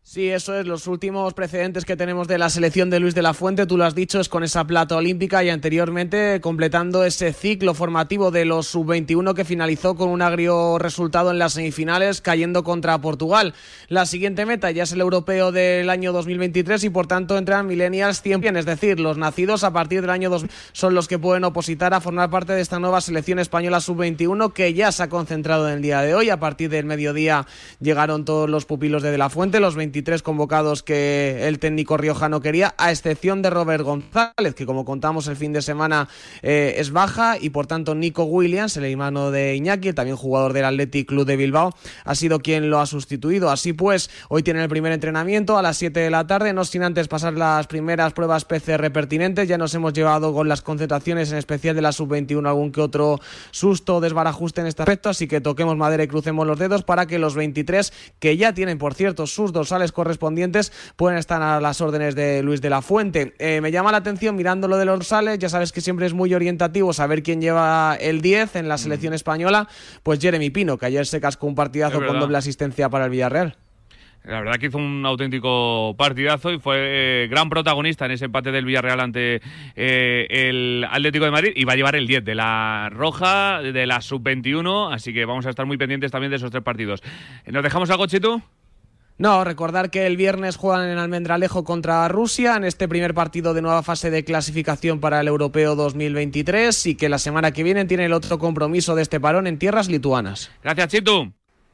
Sí, eso es, los últimos precedentes que tenemos de la selección de Luis de la Fuente, tú lo has dicho, es con esa plata olímpica y anteriormente completando ese ciclo formativo de los sub veintiuno que finalizó con un agrio resultado en las semifinales, cayendo contra Portugal. La siguiente meta ya es el europeo del año dos mil veintitrés y por tanto entran millennials cien, es decir, los nacidos a partir del año dos mil son los que pueden opositar a formar parte de esta nueva selección española sub veintiuno que ya se ha concentrado en el día de hoy. A partir del mediodía llegaron todos los pupilos de De la Fuente, los veintitrés convocados que el técnico riojano quería, a excepción de Robert González, que como contamos el fin de semana eh, es baja, y por tanto Nico Williams, el hermano de Iñaki, también jugador del Athletic Club de Bilbao, ha sido quien lo ha sustituido. Así pues, hoy tiene el primer entrenamiento a las siete de la tarde, no sin antes pasar las primeras pruebas P C R pertinentes. Ya nos hemos llevado con las concentraciones, en especial de la sub veintiuno, algún que otro susto o desbarajuste en este aspecto, así que toquemos madera y crucemos los dedos para que los veintitrés, que ya tienen por cierto sus dorsales correspondientes, pueden estar a las órdenes de Luis de la Fuente. Eh, me llama la atención mirando lo de los dorsales, ya sabes que siempre es muy orientativo saber quién lleva el diez en la selección española, pues Jeremy Pino, que ayer se cascó un partidazo con doble asistencia para el Villarreal. La verdad que hizo un auténtico partidazo y fue eh, gran protagonista en ese empate del Villarreal ante eh, el Atlético de Madrid, y va a llevar el diez de la Roja, de la sub veintiuno, así que vamos a estar muy pendientes también de esos tres partidos. ¿Nos dejamos algo, Chitu? No, recordar que el viernes juegan en Almendralejo contra Rusia en este primer partido de nueva fase de clasificación para el Europeo dos mil veintitrés, y que la semana que viene tiene el otro compromiso de este parón en tierras lituanas. Gracias, Chitu.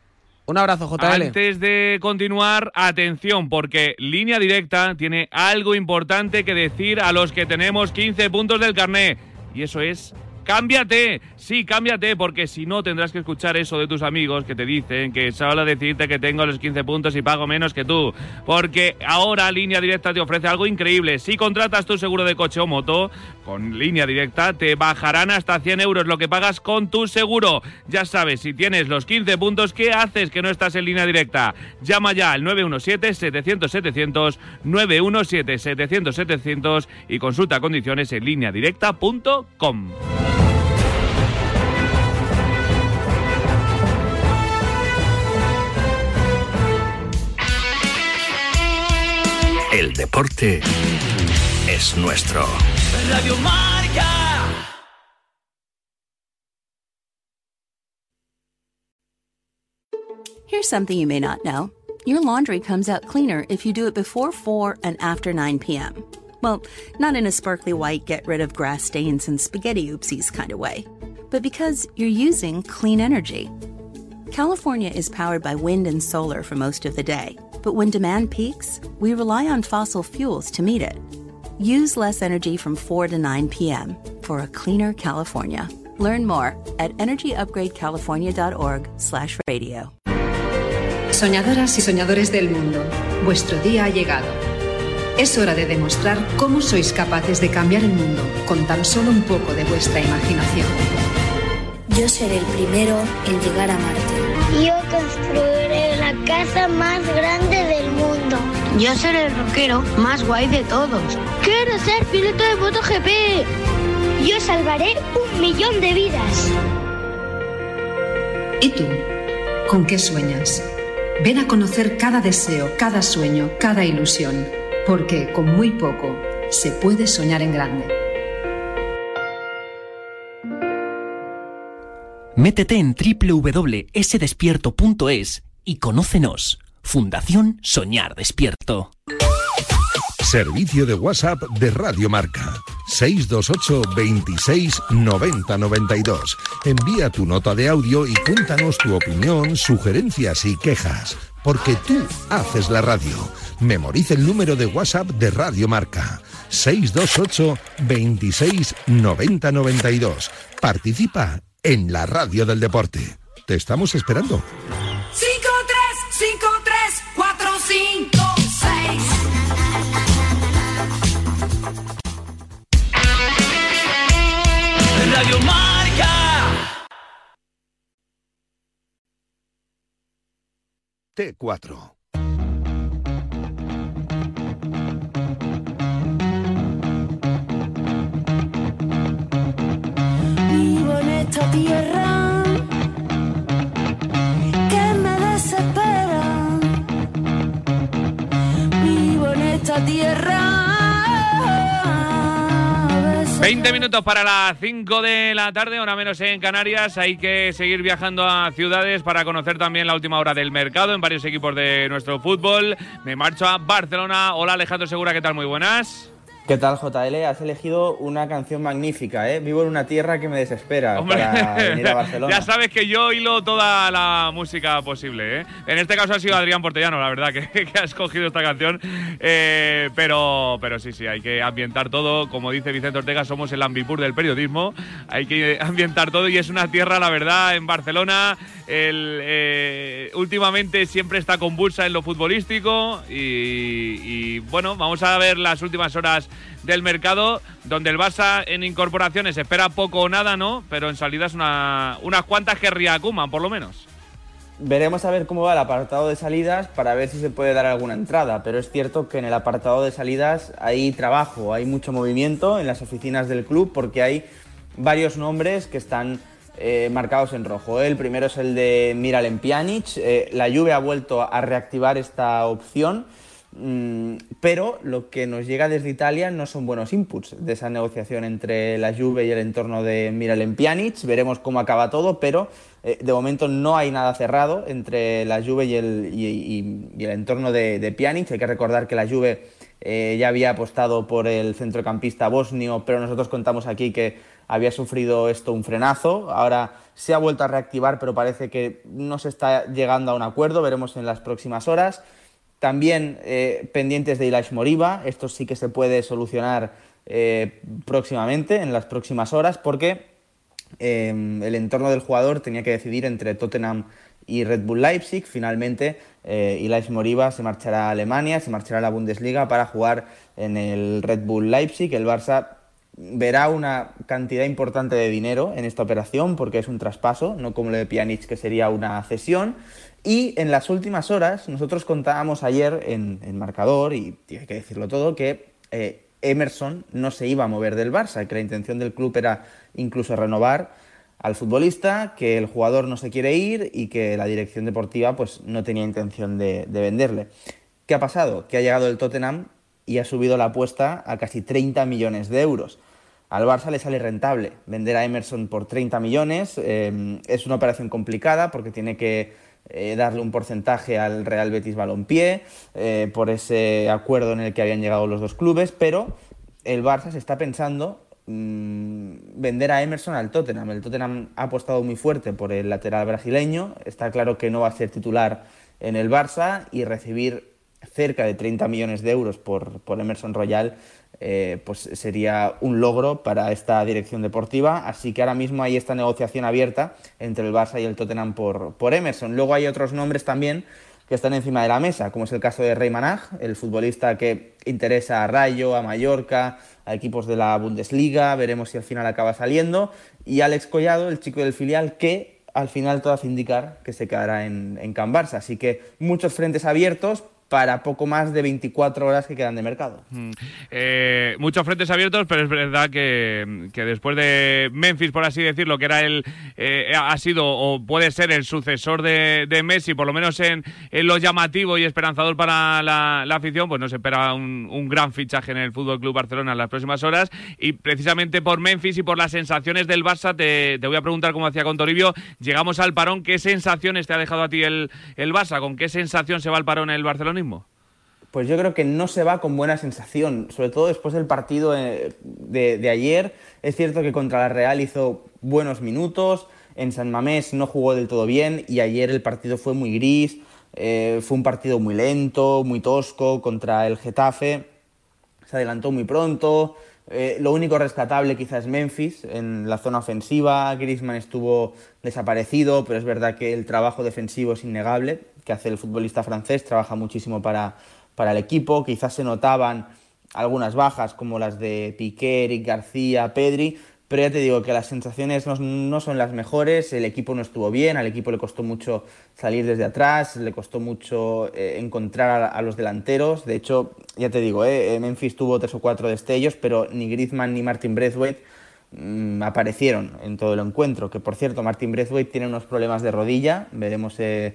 Un abrazo, J L. Antes de continuar, atención, porque Línea Directa tiene algo importante que decir a los que tenemos quince puntos del carné, y eso es: ¡cámbiate! Sí, cámbiate, porque si no tendrás que escuchar eso de tus amigos que te dicen que solo decirte que tengo los quince puntos y pago menos que tú. Porque ahora Línea Directa te ofrece algo increíble. Si contratas tu seguro de coche o moto, con Línea Directa te bajarán hasta cien euros lo que pagas con tu seguro. Ya sabes, si tienes los quince puntos, ¿qué haces que no estás en Línea Directa? Llama ya al nueve uno siete, setecientos, setecientos, nueve uno siete, setecientos, setecientos y consulta condiciones en línea directa punto com. El deporte es nuestro. Radio Marca. Here's something you may not know. Your laundry comes out cleaner if you do it before four and after nine p.m. Well, not in a sparkly white, get rid of grass stains and spaghetti oopsies kind of way, but because you're using clean energy. California is powered by wind and solar for most of the day, but when demand peaks, we rely on fossil fuels to meet it. Use less energy from four to nine p.m. for a cleaner California. Learn more at energyupgradecalifornia.org slash radio. Soñadoras y soñadores del mundo, vuestro día ha llegado. Es hora de demostrar cómo sois capaces de cambiar el mundo con tan solo un poco de vuestra imaginación. Yo seré el primero en llegar a Marte. Yo construiré la casa más grande del mundo. Yo seré el rockero más guay de todos. Quiero ser piloto de MotoGP. Yo salvaré un millón de vidas. ¿Y tú? ¿Con qué sueñas? Ven a conocer cada deseo, cada sueño, cada ilusión, porque con muy poco se puede soñar en grande. Métete en doble u doble u doble u punto ese despierto punto es y conócenos. Fundación Soñar Despierto. Servicio de WhatsApp de Radio Marca. seis dos ocho, veintiséis, noventa, noventa y dos. Envía tu nota de audio y cuéntanos tu opinión, sugerencias y quejas. Porque tú haces la radio. Memoriza el número de WhatsApp de Radio Marca. seis dos ocho, veintiséis, noventa, noventa y dos. Participa en la radio del deporte. Te estamos esperando. cinco tres cinco tres cuatro cinco seis. Radio Marca. T cuatro. Vivo en esta tierra que me desespera. veinte minutos para las cinco de la tarde, hora menos en Canarias. Hay que seguir viajando a ciudades para conocer también la última hora del mercado en varios equipos de nuestro fútbol. Me marcho a Barcelona. Hola Alejandro Segura, ¿qué tal? Muy buenas. ¿Qué tal, J L? Has elegido una canción magnífica, ¿eh? Vivo en una tierra que me desespera. Hombre, para venir a Barcelona. Ya sabes que yo hilo toda la música posible, ¿eh? En este caso ha sido Adrián Portellano, la verdad, que, que ha escogido esta canción. Eh, pero, pero sí, sí, hay que ambientar todo. Como dice Vicente Ortega, somos el ambipur del periodismo. Hay que ambientar todo y es una tierra, la verdad, en Barcelona. El, eh, últimamente siempre está convulsa en lo futbolístico y, y bueno, vamos a ver las últimas horas del mercado, donde el Barça en incorporaciones espera poco o nada, ¿no? Pero en salidas una, unas cuantas querría Koeman, por lo menos. Veremos a ver cómo va el apartado de salidas para ver si se puede dar alguna entrada, pero es cierto que en el apartado de salidas hay trabajo, hay mucho movimiento en las oficinas del club porque hay varios nombres que están eh, marcados en rojo. El primero es el de Miralem Pjanic. Eh, la Juve ha vuelto a reactivar esta opción, mm, pero lo que nos llega desde Italia no son buenos inputs de esa negociación entre la Juve y el entorno de Miralem Pjanic. Veremos cómo acaba todo, pero eh, de momento no hay nada cerrado entre la Juve y el, y, y, y el entorno de, de Pjanic. Hay que recordar que la Juve eh, ya había apostado por el centrocampista bosnio, pero nosotros contamos aquí que había sufrido esto un frenazo. Ahora se ha vuelto a reactivar, pero parece que no se está llegando a un acuerdo. Veremos en las próximas horas. También eh, pendientes de Ilaix Moriba. Esto sí que se puede solucionar eh, próximamente, en las próximas horas, porque eh, el entorno del jugador tenía que decidir entre Tottenham y Red Bull Leipzig. Finalmente, eh, Ilaix Moriba se marchará a Alemania, se marchará a la Bundesliga para jugar en el Red Bull Leipzig. El Barça verá una cantidad importante de dinero en esta operación porque es un traspaso, no como lo de Pjanic, que sería una cesión. Y en las últimas horas, nosotros contábamos ayer en, en Marcador, y hay que decirlo todo, que eh, Emerson no se iba a mover del Barça, que la intención del club era incluso renovar al futbolista, que el jugador no se quiere ir y que la dirección deportiva pues no tenía intención de, de venderle. ¿Qué ha pasado? Que ha llegado el Tottenham y ha subido la apuesta a casi treinta millones de euros. Al Barça le sale rentable vender a Emerson por treinta millones. Eh, es una operación complicada porque tiene que eh, darle un porcentaje al Real Betis Balompié eh, por ese acuerdo en el que habían llegado los dos clubes, pero el Barça se está pensando mmm, vender a Emerson al Tottenham. El Tottenham ha apostado muy fuerte por el lateral brasileño. Está claro que no va a ser titular en el Barça y recibir cerca de treinta millones de euros por, por Emerson Royal, eh, pues sería un logro para esta dirección deportiva. Así que ahora mismo hay esta negociación abierta entre el Barça y el Tottenham por, por Emerson. Luego hay otros nombres también que están encima de la mesa, como es el caso de Rey Manaj, el futbolista que interesa a Rayo, a Mallorca, a equipos de la Bundesliga. Veremos si al final acaba saliendo. Y Alex Collado, el chico del filial, que al final todo hace indicar que se quedará en, en Can Barça. Así que muchos frentes abiertos para poco más de veinticuatro horas que quedan de mercado. Mm. Eh, muchos frentes abiertos, pero es verdad que, que después de Memphis, por así decirlo, que era el eh, ha sido o puede ser el sucesor de, de Messi, por lo menos en, en lo llamativo y esperanzador para la, la afición, pues nos espera un, un gran fichaje en el F C Barcelona en las próximas horas. Y precisamente por Memphis y por las sensaciones del Barça, te, te voy a preguntar, como hacía con Toribio, llegamos al parón. ¿Qué sensaciones te ha dejado a ti el, el Barça? ¿Con qué sensación se va al parón el barcelonismo? Pues yo creo que no se va con buena sensación, sobre todo después del partido de, de ayer. Es cierto que contra la Real hizo buenos minutos, en San Mamés no jugó del todo bien y ayer el partido fue muy gris, eh, fue un partido muy lento, muy tosco contra el Getafe, se adelantó muy pronto. Eh, lo único rescatable quizás es Memphis en la zona ofensiva. Griezmann estuvo desaparecido, pero es verdad que el trabajo defensivo es innegable que hace el futbolista francés, trabaja muchísimo para, para el equipo. Quizás se notaban algunas bajas como las de Piqué, Eric García, Pedri, pero ya te digo que las sensaciones no, no son las mejores. El equipo no estuvo bien, al equipo le costó mucho salir desde atrás, le costó mucho eh, encontrar a, a los delanteros. De hecho, ya te digo, eh, Memphis tuvo tres o cuatro destellos, pero ni Griezmann ni Martin Braithwaite mmm, aparecieron en todo el encuentro. Que por cierto, Martin Braithwaite tiene unos problemas de rodilla, veremos eh,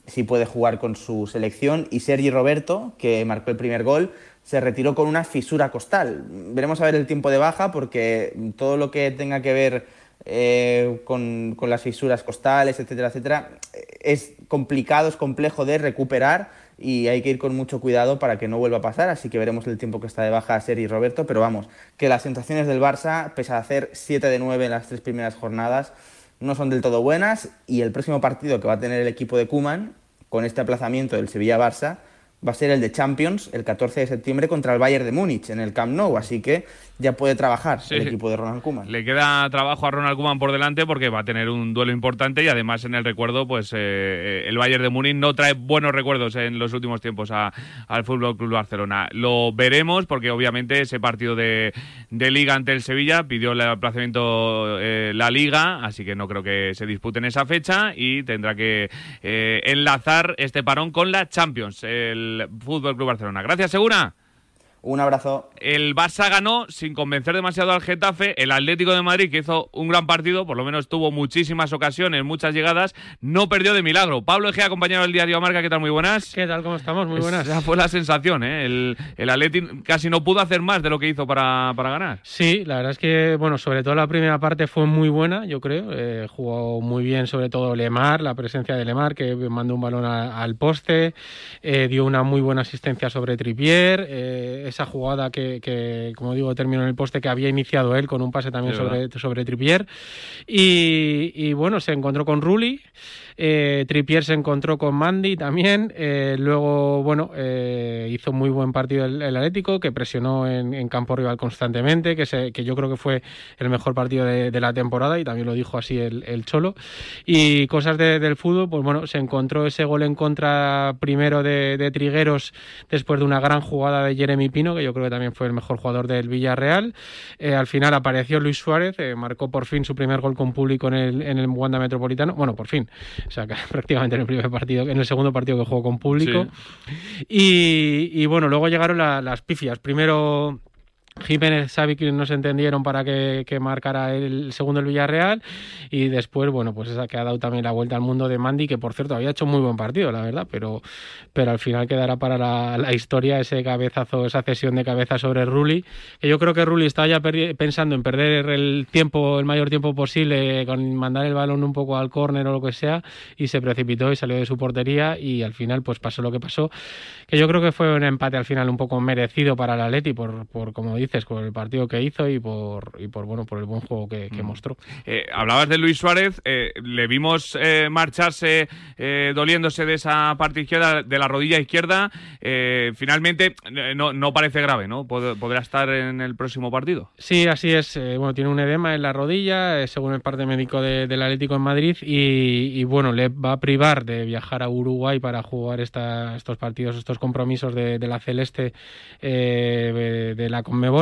si puede jugar con su selección. Y Sergi Roberto, que marcó el primer gol, se retiró con una fisura costal. Veremos a ver el tiempo de baja, porque todo lo que tenga que ver eh, con, con las fisuras costales, etcétera, etcétera, es complicado, es complejo de recuperar y hay que ir con mucho cuidado para que no vuelva a pasar, así que veremos el tiempo que está de baja Sergi Roberto, pero vamos, que las sensaciones del Barça, pese a hacer siete de nueve en las tres primeras jornadas, no son del todo buenas, y el próximo partido que va a tener el equipo de Koeman, con este aplazamiento del Sevilla-Barça, va a ser el de Champions el catorce de septiembre contra el Bayern de Múnich en el Camp Nou, así que ya puede trabajar sí. el equipo de Ronald Koeman. Le queda trabajo a Ronald Koeman por delante porque va a tener un duelo importante y además en el recuerdo, pues eh, el Bayern de Múnich no trae buenos recuerdos en los últimos tiempos a, al F C Barcelona. Lo veremos porque obviamente ese partido de, de Liga ante el Sevilla pidió el aplazamiento eh, la Liga, así que no creo que se dispute en esa fecha y tendrá que eh, enlazar este parón con la Champions, el F C Barcelona. Gracias, Segura. Un abrazo. El Barça ganó sin convencer demasiado al Getafe. El Atlético de Madrid, que hizo un gran partido, por lo menos tuvo muchísimas ocasiones, muchas llegadas, no perdió de milagro. Pablo Egea, compañero del Diario Marca, ¿qué tal? Muy buenas. ¿Qué tal? ¿Cómo estamos? Muy buenas. Esa fue la sensación, ¿eh? El, el Atlético casi no pudo hacer más de lo que hizo para, para ganar. Sí, la verdad es que, bueno, sobre todo la primera parte fue muy buena, yo creo. Eh, jugó muy bien, sobre todo Lemar, la presencia de Lemar, que mandó un balón a, al poste, eh, dio una muy buena asistencia sobre Trippier, eh, esa jugada que que como digo terminó en el poste que había iniciado él con un pase también sí, sobre, sobre Trippier y, y bueno, se encontró con Rulli, eh, Trippier se encontró con Mandy también, eh, luego bueno eh, hizo muy buen partido el, el Atlético, que presionó en, en campo rival constantemente, que, se, que yo creo que fue el mejor partido de, de la temporada y también lo dijo así el, el Cholo. Y cosas de, del fútbol, pues bueno, se encontró ese gol en contra primero de, de Trigueros después de una gran jugada de Jeremy Pino, que yo creo que también fue el mejor jugador del Villarreal. Eh, al final apareció Luis Suárez, eh, marcó por fin su primer gol con público en el, en el Wanda Metropolitano. Bueno, por fin, o sea, prácticamente en el primer partido, en el segundo partido que jugó con público. Sí. Y, y bueno, luego llegaron la, las pifias. Primero Jiménez, Xavi, que no se entendieron para que, que marcara el segundo el Villarreal, y después, bueno, pues esa que ha dado también la vuelta al mundo de Mandy, que por cierto había hecho muy buen partido, la verdad, pero, pero al final quedará para la, la historia ese cabezazo, esa cesión de cabeza sobre Rulli, que yo creo que Rulli estaba ya pensando en perder el tiempo, el mayor tiempo posible, con mandar el balón un poco al córner o lo que sea, y se precipitó y salió de su portería, y al final pues pasó lo que pasó, que yo creo que fue un empate al final un poco merecido para el Atleti, por, por como dice, con el partido que hizo y por y por bueno por el buen juego que, que mostró. Eh, hablabas de Luis Suárez, eh, le vimos eh, marcharse eh, doliéndose de esa parte izquierda, de la rodilla izquierda. Eh, finalmente eh, no, no parece grave, ¿no? Pod- ¿Podrá estar en el próximo partido? Sí, así es. Eh, bueno, tiene un edema en la rodilla, eh, según el parte médico de, del Atlético en Madrid, y, y bueno, le va a privar de viajar a Uruguay para jugar esta, estos partidos, estos compromisos de, de la Celeste eh, de, de la Conmebol.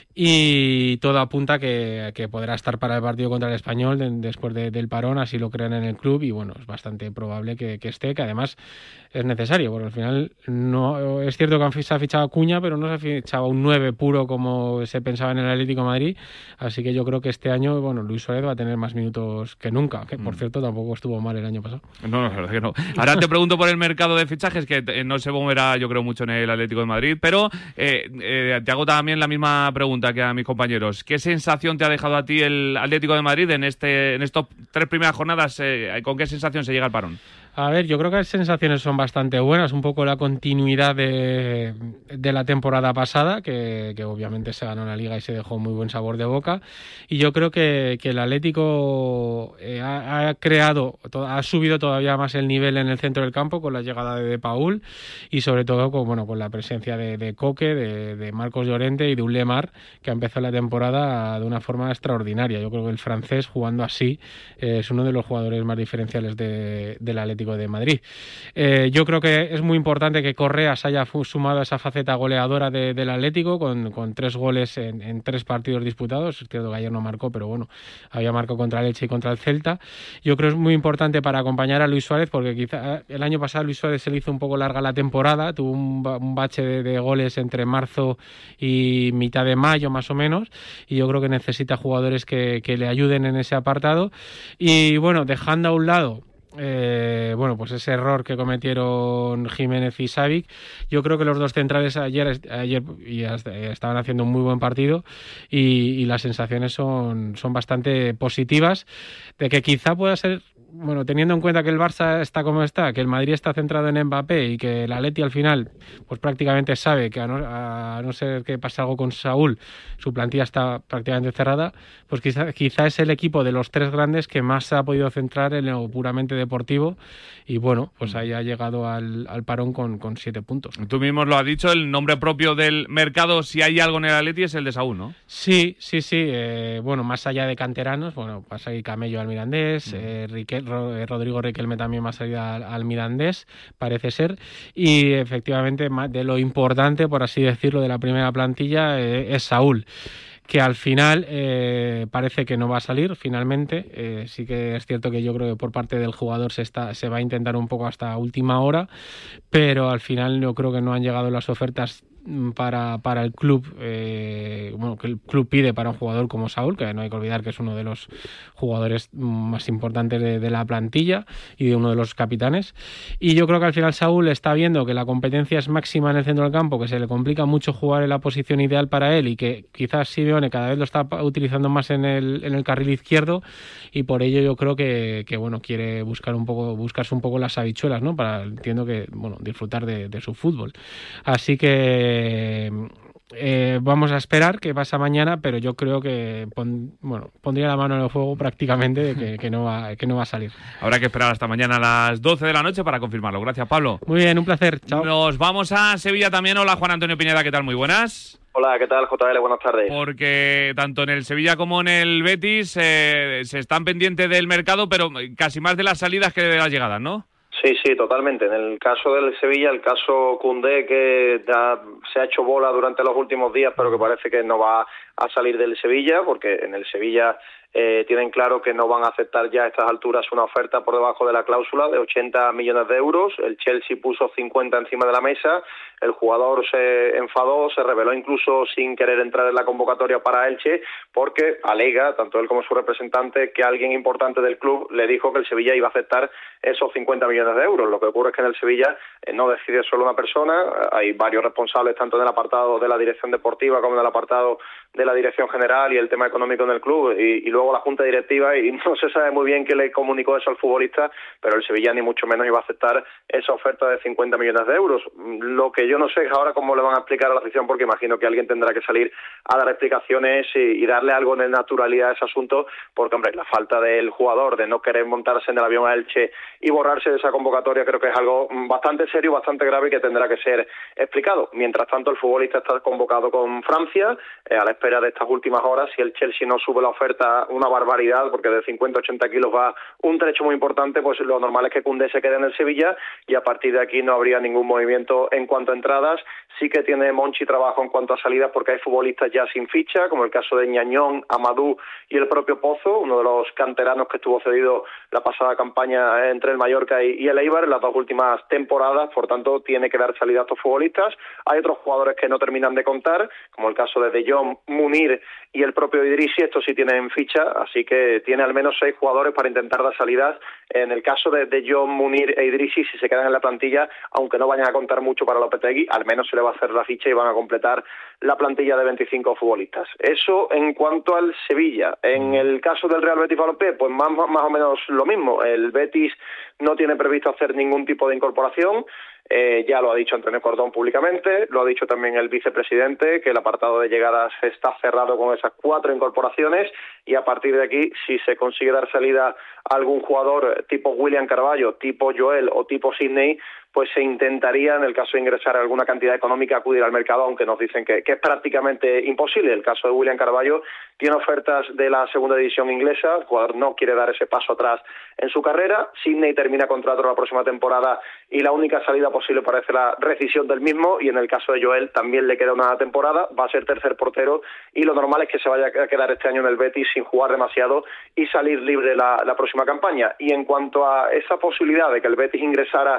Y todo apunta que, que podrá estar para el partido contra el Español de, después de, del parón, así lo creen en el club, y bueno, es bastante probable que, que esté, que además es necesario, porque al final no es cierto que se ha fichado a Cuña, pero no se ha fichado un nueve puro como se pensaba en el Atlético de Madrid, así que yo creo que este año, bueno, Luis Suárez va a tener más minutos que nunca, que por cierto tampoco estuvo mal el año pasado. No, no, la verdad que no. Ahora te pregunto por el mercado de fichajes, que no se moverá yo creo mucho en el Atlético de Madrid, pero eh, eh, te hago también la misma pregunta que a mis compañeros. ¿Qué sensación te ha dejado a ti el Atlético de Madrid en este en estas tres primeras jornadas? Eh, ¿Con qué sensación se llega al parón? A ver, yo creo que las sensaciones son bastante buenas, un poco la continuidad de, de la temporada pasada, que, que obviamente se ganó la Liga y se dejó muy buen sabor de boca, y yo creo que, que el Atlético eh, ha, ha creado, ha subido todavía más el nivel en el centro del campo con la llegada de De Paul, y sobre todo con, bueno, con la presencia de, de Coque, de, de Marcos Llorente y de un Lemar, que ha empezado la temporada de una forma extraordinaria. Yo creo que el francés, jugando así, eh, es uno de los jugadores más diferenciales de, del Atlético de Madrid. Eh, yo creo que es muy importante que Correa se haya sumado a esa faceta goleadora de, del Atlético con, con tres goles en, en tres partidos disputados. Es cierto que ayer no marcó, pero bueno, había marcado contra el Elche y contra el Celta. Yo creo que es muy importante para acompañar a Luis Suárez, porque quizá el año pasado Luis Suárez se le hizo un poco larga la temporada, tuvo un, un bache de, de goles entre marzo y mitad de mayo más o menos, y yo creo que necesita jugadores que, que le ayuden en ese apartado. Y bueno, dejando a un lado eh, bueno, pues ese error que cometieron Jiménez y Savic. Yo creo que los dos centrales ayer, ayer ya estaban haciendo un muy buen partido y, y las sensaciones son, son bastante positivas de que quizá pueda ser, bueno, teniendo en cuenta que el Barça está como está, que el Madrid está centrado en Mbappé y que el Atleti al final pues prácticamente sabe que a no, a no ser que pase algo con Saúl, su plantilla está prácticamente cerrada, pues quizá, quizá es el equipo de los tres grandes que más se ha podido centrar en lo puramente deportivo y bueno, pues ahí ha llegado al, al parón con, con siete puntos. Tú mismo lo has dicho, el nombre propio del mercado, si hay algo en el Atleti, es el de Saúl, ¿no? Sí, sí, sí. Eh, bueno, más allá de canteranos, bueno, pasa ahí Camello al Mirandés, mm. eh, Riquel, Rodrigo Riquelme también va a salir al, al Mirandés, parece ser, y efectivamente de lo importante, por así decirlo, de la primera plantilla eh, es Saúl, que al final eh, parece que no va a salir finalmente. Eh, sí que es cierto que yo creo que por parte del jugador se está se va a intentar un poco hasta última hora, pero al final yo creo que no han llegado las ofertas para, para el club, eh, bueno, que el club pide para un jugador como Saúl, que no hay que olvidar que es uno de los jugadores más importantes de, de la plantilla y de uno de los capitanes. Y yo creo que al final Saúl está viendo que la competencia es máxima en el centro del campo, que se le complica mucho jugar en la posición ideal para él y que quizás Simeone cada vez lo está utilizando más en el, en el carril izquierdo, y por ello yo creo que, que bueno, quiere buscar un poco, buscarse un poco las habichuelas, ¿no? Para, entiendo que, bueno, disfrutar de, de su fútbol. Así que Eh, eh, vamos a esperar qué pasa mañana, pero yo creo que pon, bueno, pondría la mano en el fuego prácticamente de que, que, no va, que no va a salir. Habrá que esperar hasta mañana a las doce de la noche para confirmarlo. Gracias, Pablo. Muy bien, un placer. Chao. Nos vamos a Sevilla también. Hola, Juan Antonio Pineda, ¿qué tal? Muy buenas. Hola, ¿qué tal, J L? Buenas tardes. Porque tanto en el Sevilla como en el Betis eh, se están pendientes del mercado, pero casi más de las salidas que de las llegadas, ¿no? Sí, sí, totalmente. En el caso del Sevilla, el caso Koundé, que ya se ha hecho bola durante los últimos días, pero que parece que no va a salir del Sevilla, porque en el Sevilla eh, tienen claro que no van a aceptar ya a estas alturas una oferta por debajo de la cláusula de ochenta millones de euros. El Chelsea puso cincuenta encima de la mesa, el jugador se enfadó, se rebeló incluso sin querer entrar en la convocatoria para Elche, porque alega, tanto él como su representante, que alguien importante del club le dijo que el Sevilla iba a aceptar esos cincuenta millones de euros. Lo que ocurre es que en el Sevilla eh, no decide solo una persona, hay varios responsables tanto en el apartado de la dirección deportiva como en el apartado de la dirección general y el tema económico en el club, y, y luego la junta directiva, y no se sabe muy bien qué le comunicó eso al futbolista, pero el Sevilla ni mucho menos iba a aceptar esa oferta de cincuenta millones de euros. Lo que yo no sé es ahora cómo le van a explicar a la afición, porque imagino que alguien tendrá que salir a dar explicaciones y, y darle algo de naturalidad a ese asunto, porque hombre, la falta del jugador de no querer montarse en el avión a Elche y borrarse de esa convocatoria creo que es algo bastante serio, bastante grave y que tendrá que ser explicado. Mientras tanto, el futbolista está convocado con Francia, eh, a la espera de estas últimas horas. Si el Chelsea no sube la oferta, una barbaridad, porque de cincuenta a ochenta kilos va un trecho muy importante, pues lo normal es que Koundé se quede en el Sevilla y a partir de aquí no habría ningún movimiento en cuanto a entradas. Sí que tiene Monchi trabajo en cuanto a salidas, porque hay futbolistas ya sin ficha, como el caso de Ñañón, Amadou y el propio Pozo, uno de los canteranos que estuvo cedido la pasada campaña entre el Mallorca y, y el Eibar en las dos últimas temporadas. Por tanto, tiene que dar salida a estos futbolistas. Hay otros jugadores que no terminan de contar, como el caso de De Jong, Munir y el propio Idrissi. Estos sí tienen ficha, así que tiene al menos seis jugadores para intentar dar salidas. En el caso de De Jong, Munir e Idrissi, si se quedan en la plantilla, aunque no vayan a contar mucho para Lopetegui, al menos se le va a hacer la ficha y van a completar la plantilla de veinticinco futbolistas. Eso en cuanto al Sevilla. En el caso del Real Betis Balompié, pues más, más o menos lo mismo. El Betis no tiene previsto hacer ningún tipo de incorporación. Eh, ya lo ha dicho Antonio Cordón públicamente, lo ha dicho también el vicepresidente, que el apartado de llegadas está cerrado con esas cuatro incorporaciones, y a partir de aquí, si se consigue dar salida a algún jugador tipo William Carvalho, tipo Joel o tipo Sidney, pues se intentaría, en el caso de ingresar alguna cantidad económica, acudir al mercado, aunque nos dicen que, que es prácticamente imposible. El caso de William Carvalho tiene ofertas de la segunda división inglesa, el jugador no quiere dar ese paso atrás en su carrera. Sidney termina contrato la próxima temporada y la única salida posible parece la rescisión del mismo, y en el caso de Joel también le queda una temporada, va a ser tercer portero y lo normal es que se vaya a quedar este año en el Betis sin jugar demasiado y salir libre la, la próxima campaña. Y en cuanto a esa posibilidad de que el Betis ingresara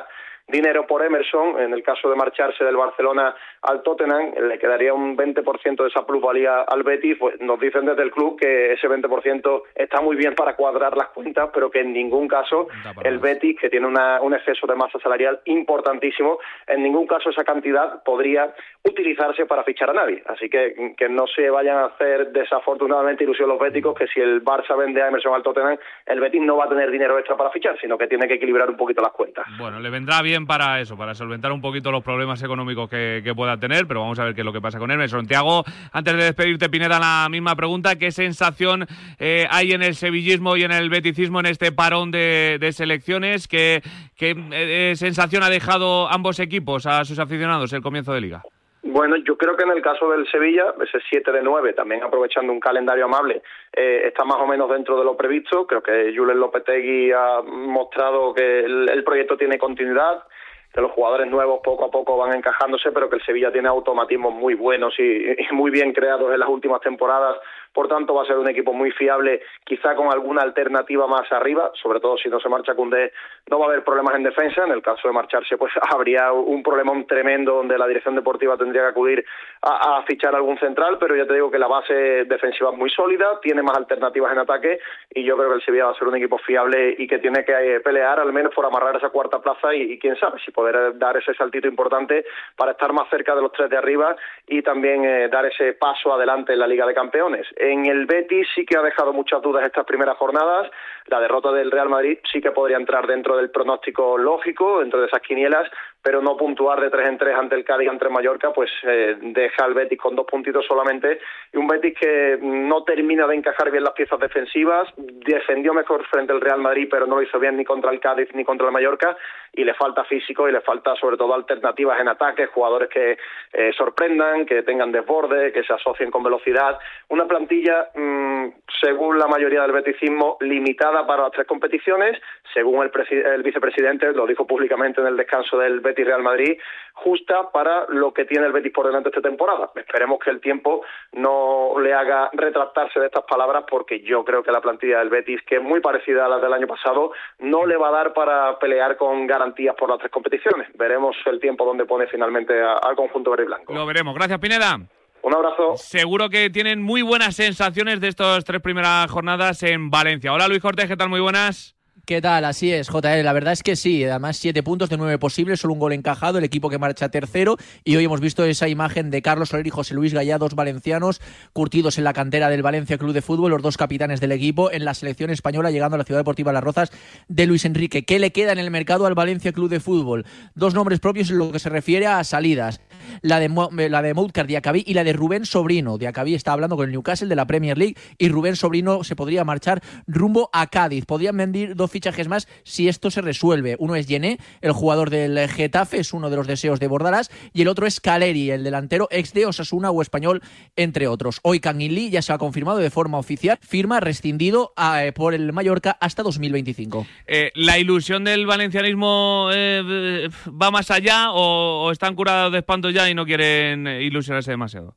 dinero por Emerson. En el caso de marcharse del Barcelona al Tottenham, le quedaría un veinte por ciento de esa plusvalía al Betis. Pues nos dicen desde el club que ese veinte por ciento está muy bien para cuadrar las cuentas, pero que en ningún caso el Betis, que tiene una, un exceso de masa salarial importantísimo, en ningún caso esa cantidad podría utilizarse para fichar a nadie. Así que que no se vayan a hacer desafortunadamente ilusión los béticos, que si el Barça vende a Emerson al Tottenham, el Betis no va a tener dinero extra para fichar, sino que tiene que equilibrar un poquito las cuentas. Bueno, le vendrá bien para eso, para solventar un poquito los problemas económicos que, que pueda tener, pero vamos a ver qué es lo que pasa con Emerson. Tiago, antes de despedirte, Pineda, la misma pregunta: ¿qué sensación eh, hay en el sevillismo y en el beticismo en este parón de, de selecciones? ¿Qué, qué eh, sensación ha dejado ambos equipos a sus aficionados el comienzo de Liga? Bueno, yo creo que en el caso del Sevilla, ese siete de nueve, también aprovechando un calendario amable, eh, está más o menos dentro de lo previsto. Creo que Julen Lopetegui ha mostrado que el, el proyecto tiene continuidad, que los jugadores nuevos poco a poco van encajándose, pero que el Sevilla tiene automatismos muy buenos y, y muy bien creados en las últimas temporadas. Por tanto, va a ser un equipo muy fiable, quizá con alguna alternativa más arriba, sobre todo si no se marcha Koundé, no va a haber problemas en defensa. En el caso de marcharse, pues habría un problemón tremendo donde la dirección deportiva tendría que acudir a, a fichar algún central, pero ya te digo que la base defensiva es muy sólida, tiene más alternativas en ataque, y yo creo que el Sevilla va a ser un equipo fiable y que tiene que pelear al menos por amarrar esa cuarta plaza y, y quién sabe, si poder dar ese saltito importante para estar más cerca de los tres de arriba y también eh, dar ese paso adelante en la Liga de Campeones. En el Betis sí que ha dejado muchas dudas estas primeras jornadas. La derrota del Real Madrid sí que podría entrar dentro del pronóstico lógico, dentro de esas quinielas, pero no puntuar de tres en tres ante el Cádiz y ante el Mallorca, pues eh, deja al Betis con dos puntitos solamente, y un Betis que no termina de encajar bien las piezas defensivas. Defendió mejor frente al Real Madrid, pero no lo hizo bien ni contra el Cádiz ni contra el Mallorca, y le falta físico y le falta sobre todo alternativas en ataque, jugadores que eh, sorprendan, que tengan desborde, que se asocien con velocidad. Una plantilla, mmm, según la mayoría del beticismo, limitada para las tres competiciones, según el, el vicepresidente lo dijo públicamente en el descanso del Betis Real Madrid, justa para lo que tiene el Betis por delante esta temporada. Esperemos que el tiempo no le haga retractarse de estas palabras, porque yo creo que la plantilla del Betis, que es muy parecida a la del año pasado, no le va a dar para pelear con garantías por las tres competiciones. Veremos el tiempo donde pone finalmente a, al conjunto verde y blanco. Lo veremos. Gracias, Pineda. Un abrazo. Seguro que tienen muy buenas sensaciones de estas tres primeras jornadas en Valencia. Hola, Luis Cortés, ¿qué tal? Muy buenas. ¿Qué tal? Así es, J L. La verdad es que sí, además siete puntos de nueve posibles, solo un gol encajado, el equipo que marcha tercero, y hoy hemos visto esa imagen de Carlos Soler y José Luis Gallá, dos valencianos curtidos en la cantera del Valencia Club de Fútbol, los dos capitanes del equipo en la selección española, llegando a la Ciudad Deportiva Las Rozas de Luis Enrique. ¿Qué le queda en el mercado al Valencia Club de Fútbol? Dos nombres propios en lo que se refiere a salidas. La de, la de Moutcar Diacabí y la de Rubén Sobrino. Diacabí está hablando con el Newcastle de la Premier League y Rubén Sobrino se podría marchar rumbo a Cádiz. Podrían vender dos fichajes más si esto se resuelve. Uno es Yené, el jugador del Getafe, es uno de los deseos de Bordalás, y el otro es Caleri, el delantero ex de Osasuna o Español, entre otros. Hoy Kangin Lee ya se ha confirmado de forma oficial, firma rescindido eh, por el Mallorca hasta dos mil veinticinco. Eh, ¿La ilusión del valencianismo eh, va más allá o, o están curados de espanto ya y no quieren ilusionarse demasiado?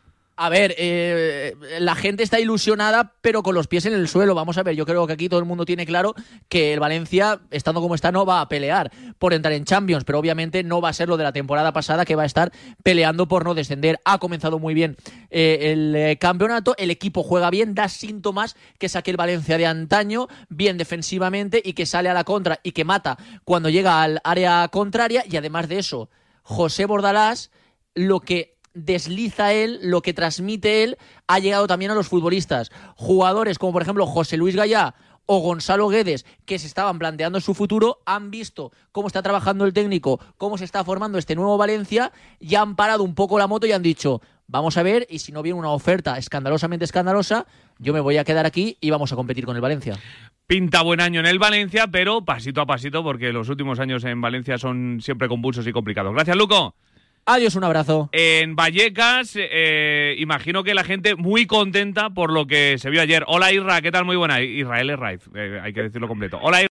A ver, eh, la gente está ilusionada, pero con los pies en el suelo. Vamos a ver, yo creo que aquí todo el mundo tiene claro que el Valencia, estando como está, no va a pelear por entrar en Champions, pero obviamente no va a ser lo de la temporada pasada, que va a estar peleando por no descender. Ha comenzado muy bien eh, el eh, campeonato, el equipo juega bien, da síntomas que es aquel Valencia de antaño, bien defensivamente y que sale a la contra y que mata cuando llega al área contraria. Y además de eso, José Bordalás, lo que desliza él, lo que transmite él, ha llegado también a los futbolistas. Jugadores como por ejemplo José Luis Gallá o Gonzalo Guedes, que se estaban planteando su futuro, han visto cómo está trabajando el técnico, cómo se está formando este nuevo Valencia, y han parado un poco la moto y han dicho: vamos a ver, y si no viene una oferta escandalosamente escandalosa, yo me voy a quedar aquí y vamos a competir con el Valencia. Pinta buen año en el Valencia, pero pasito a pasito, porque los últimos años en Valencia son siempre convulsos y complicados. Gracias, Luco. Adiós, un abrazo. En Vallecas, eh, imagino que la gente muy contenta por lo que se vio ayer. Hola, Isra, ¿qué tal? Muy buena. Israel es Raiz, eh, hay que decirlo completo. Hola, Isra.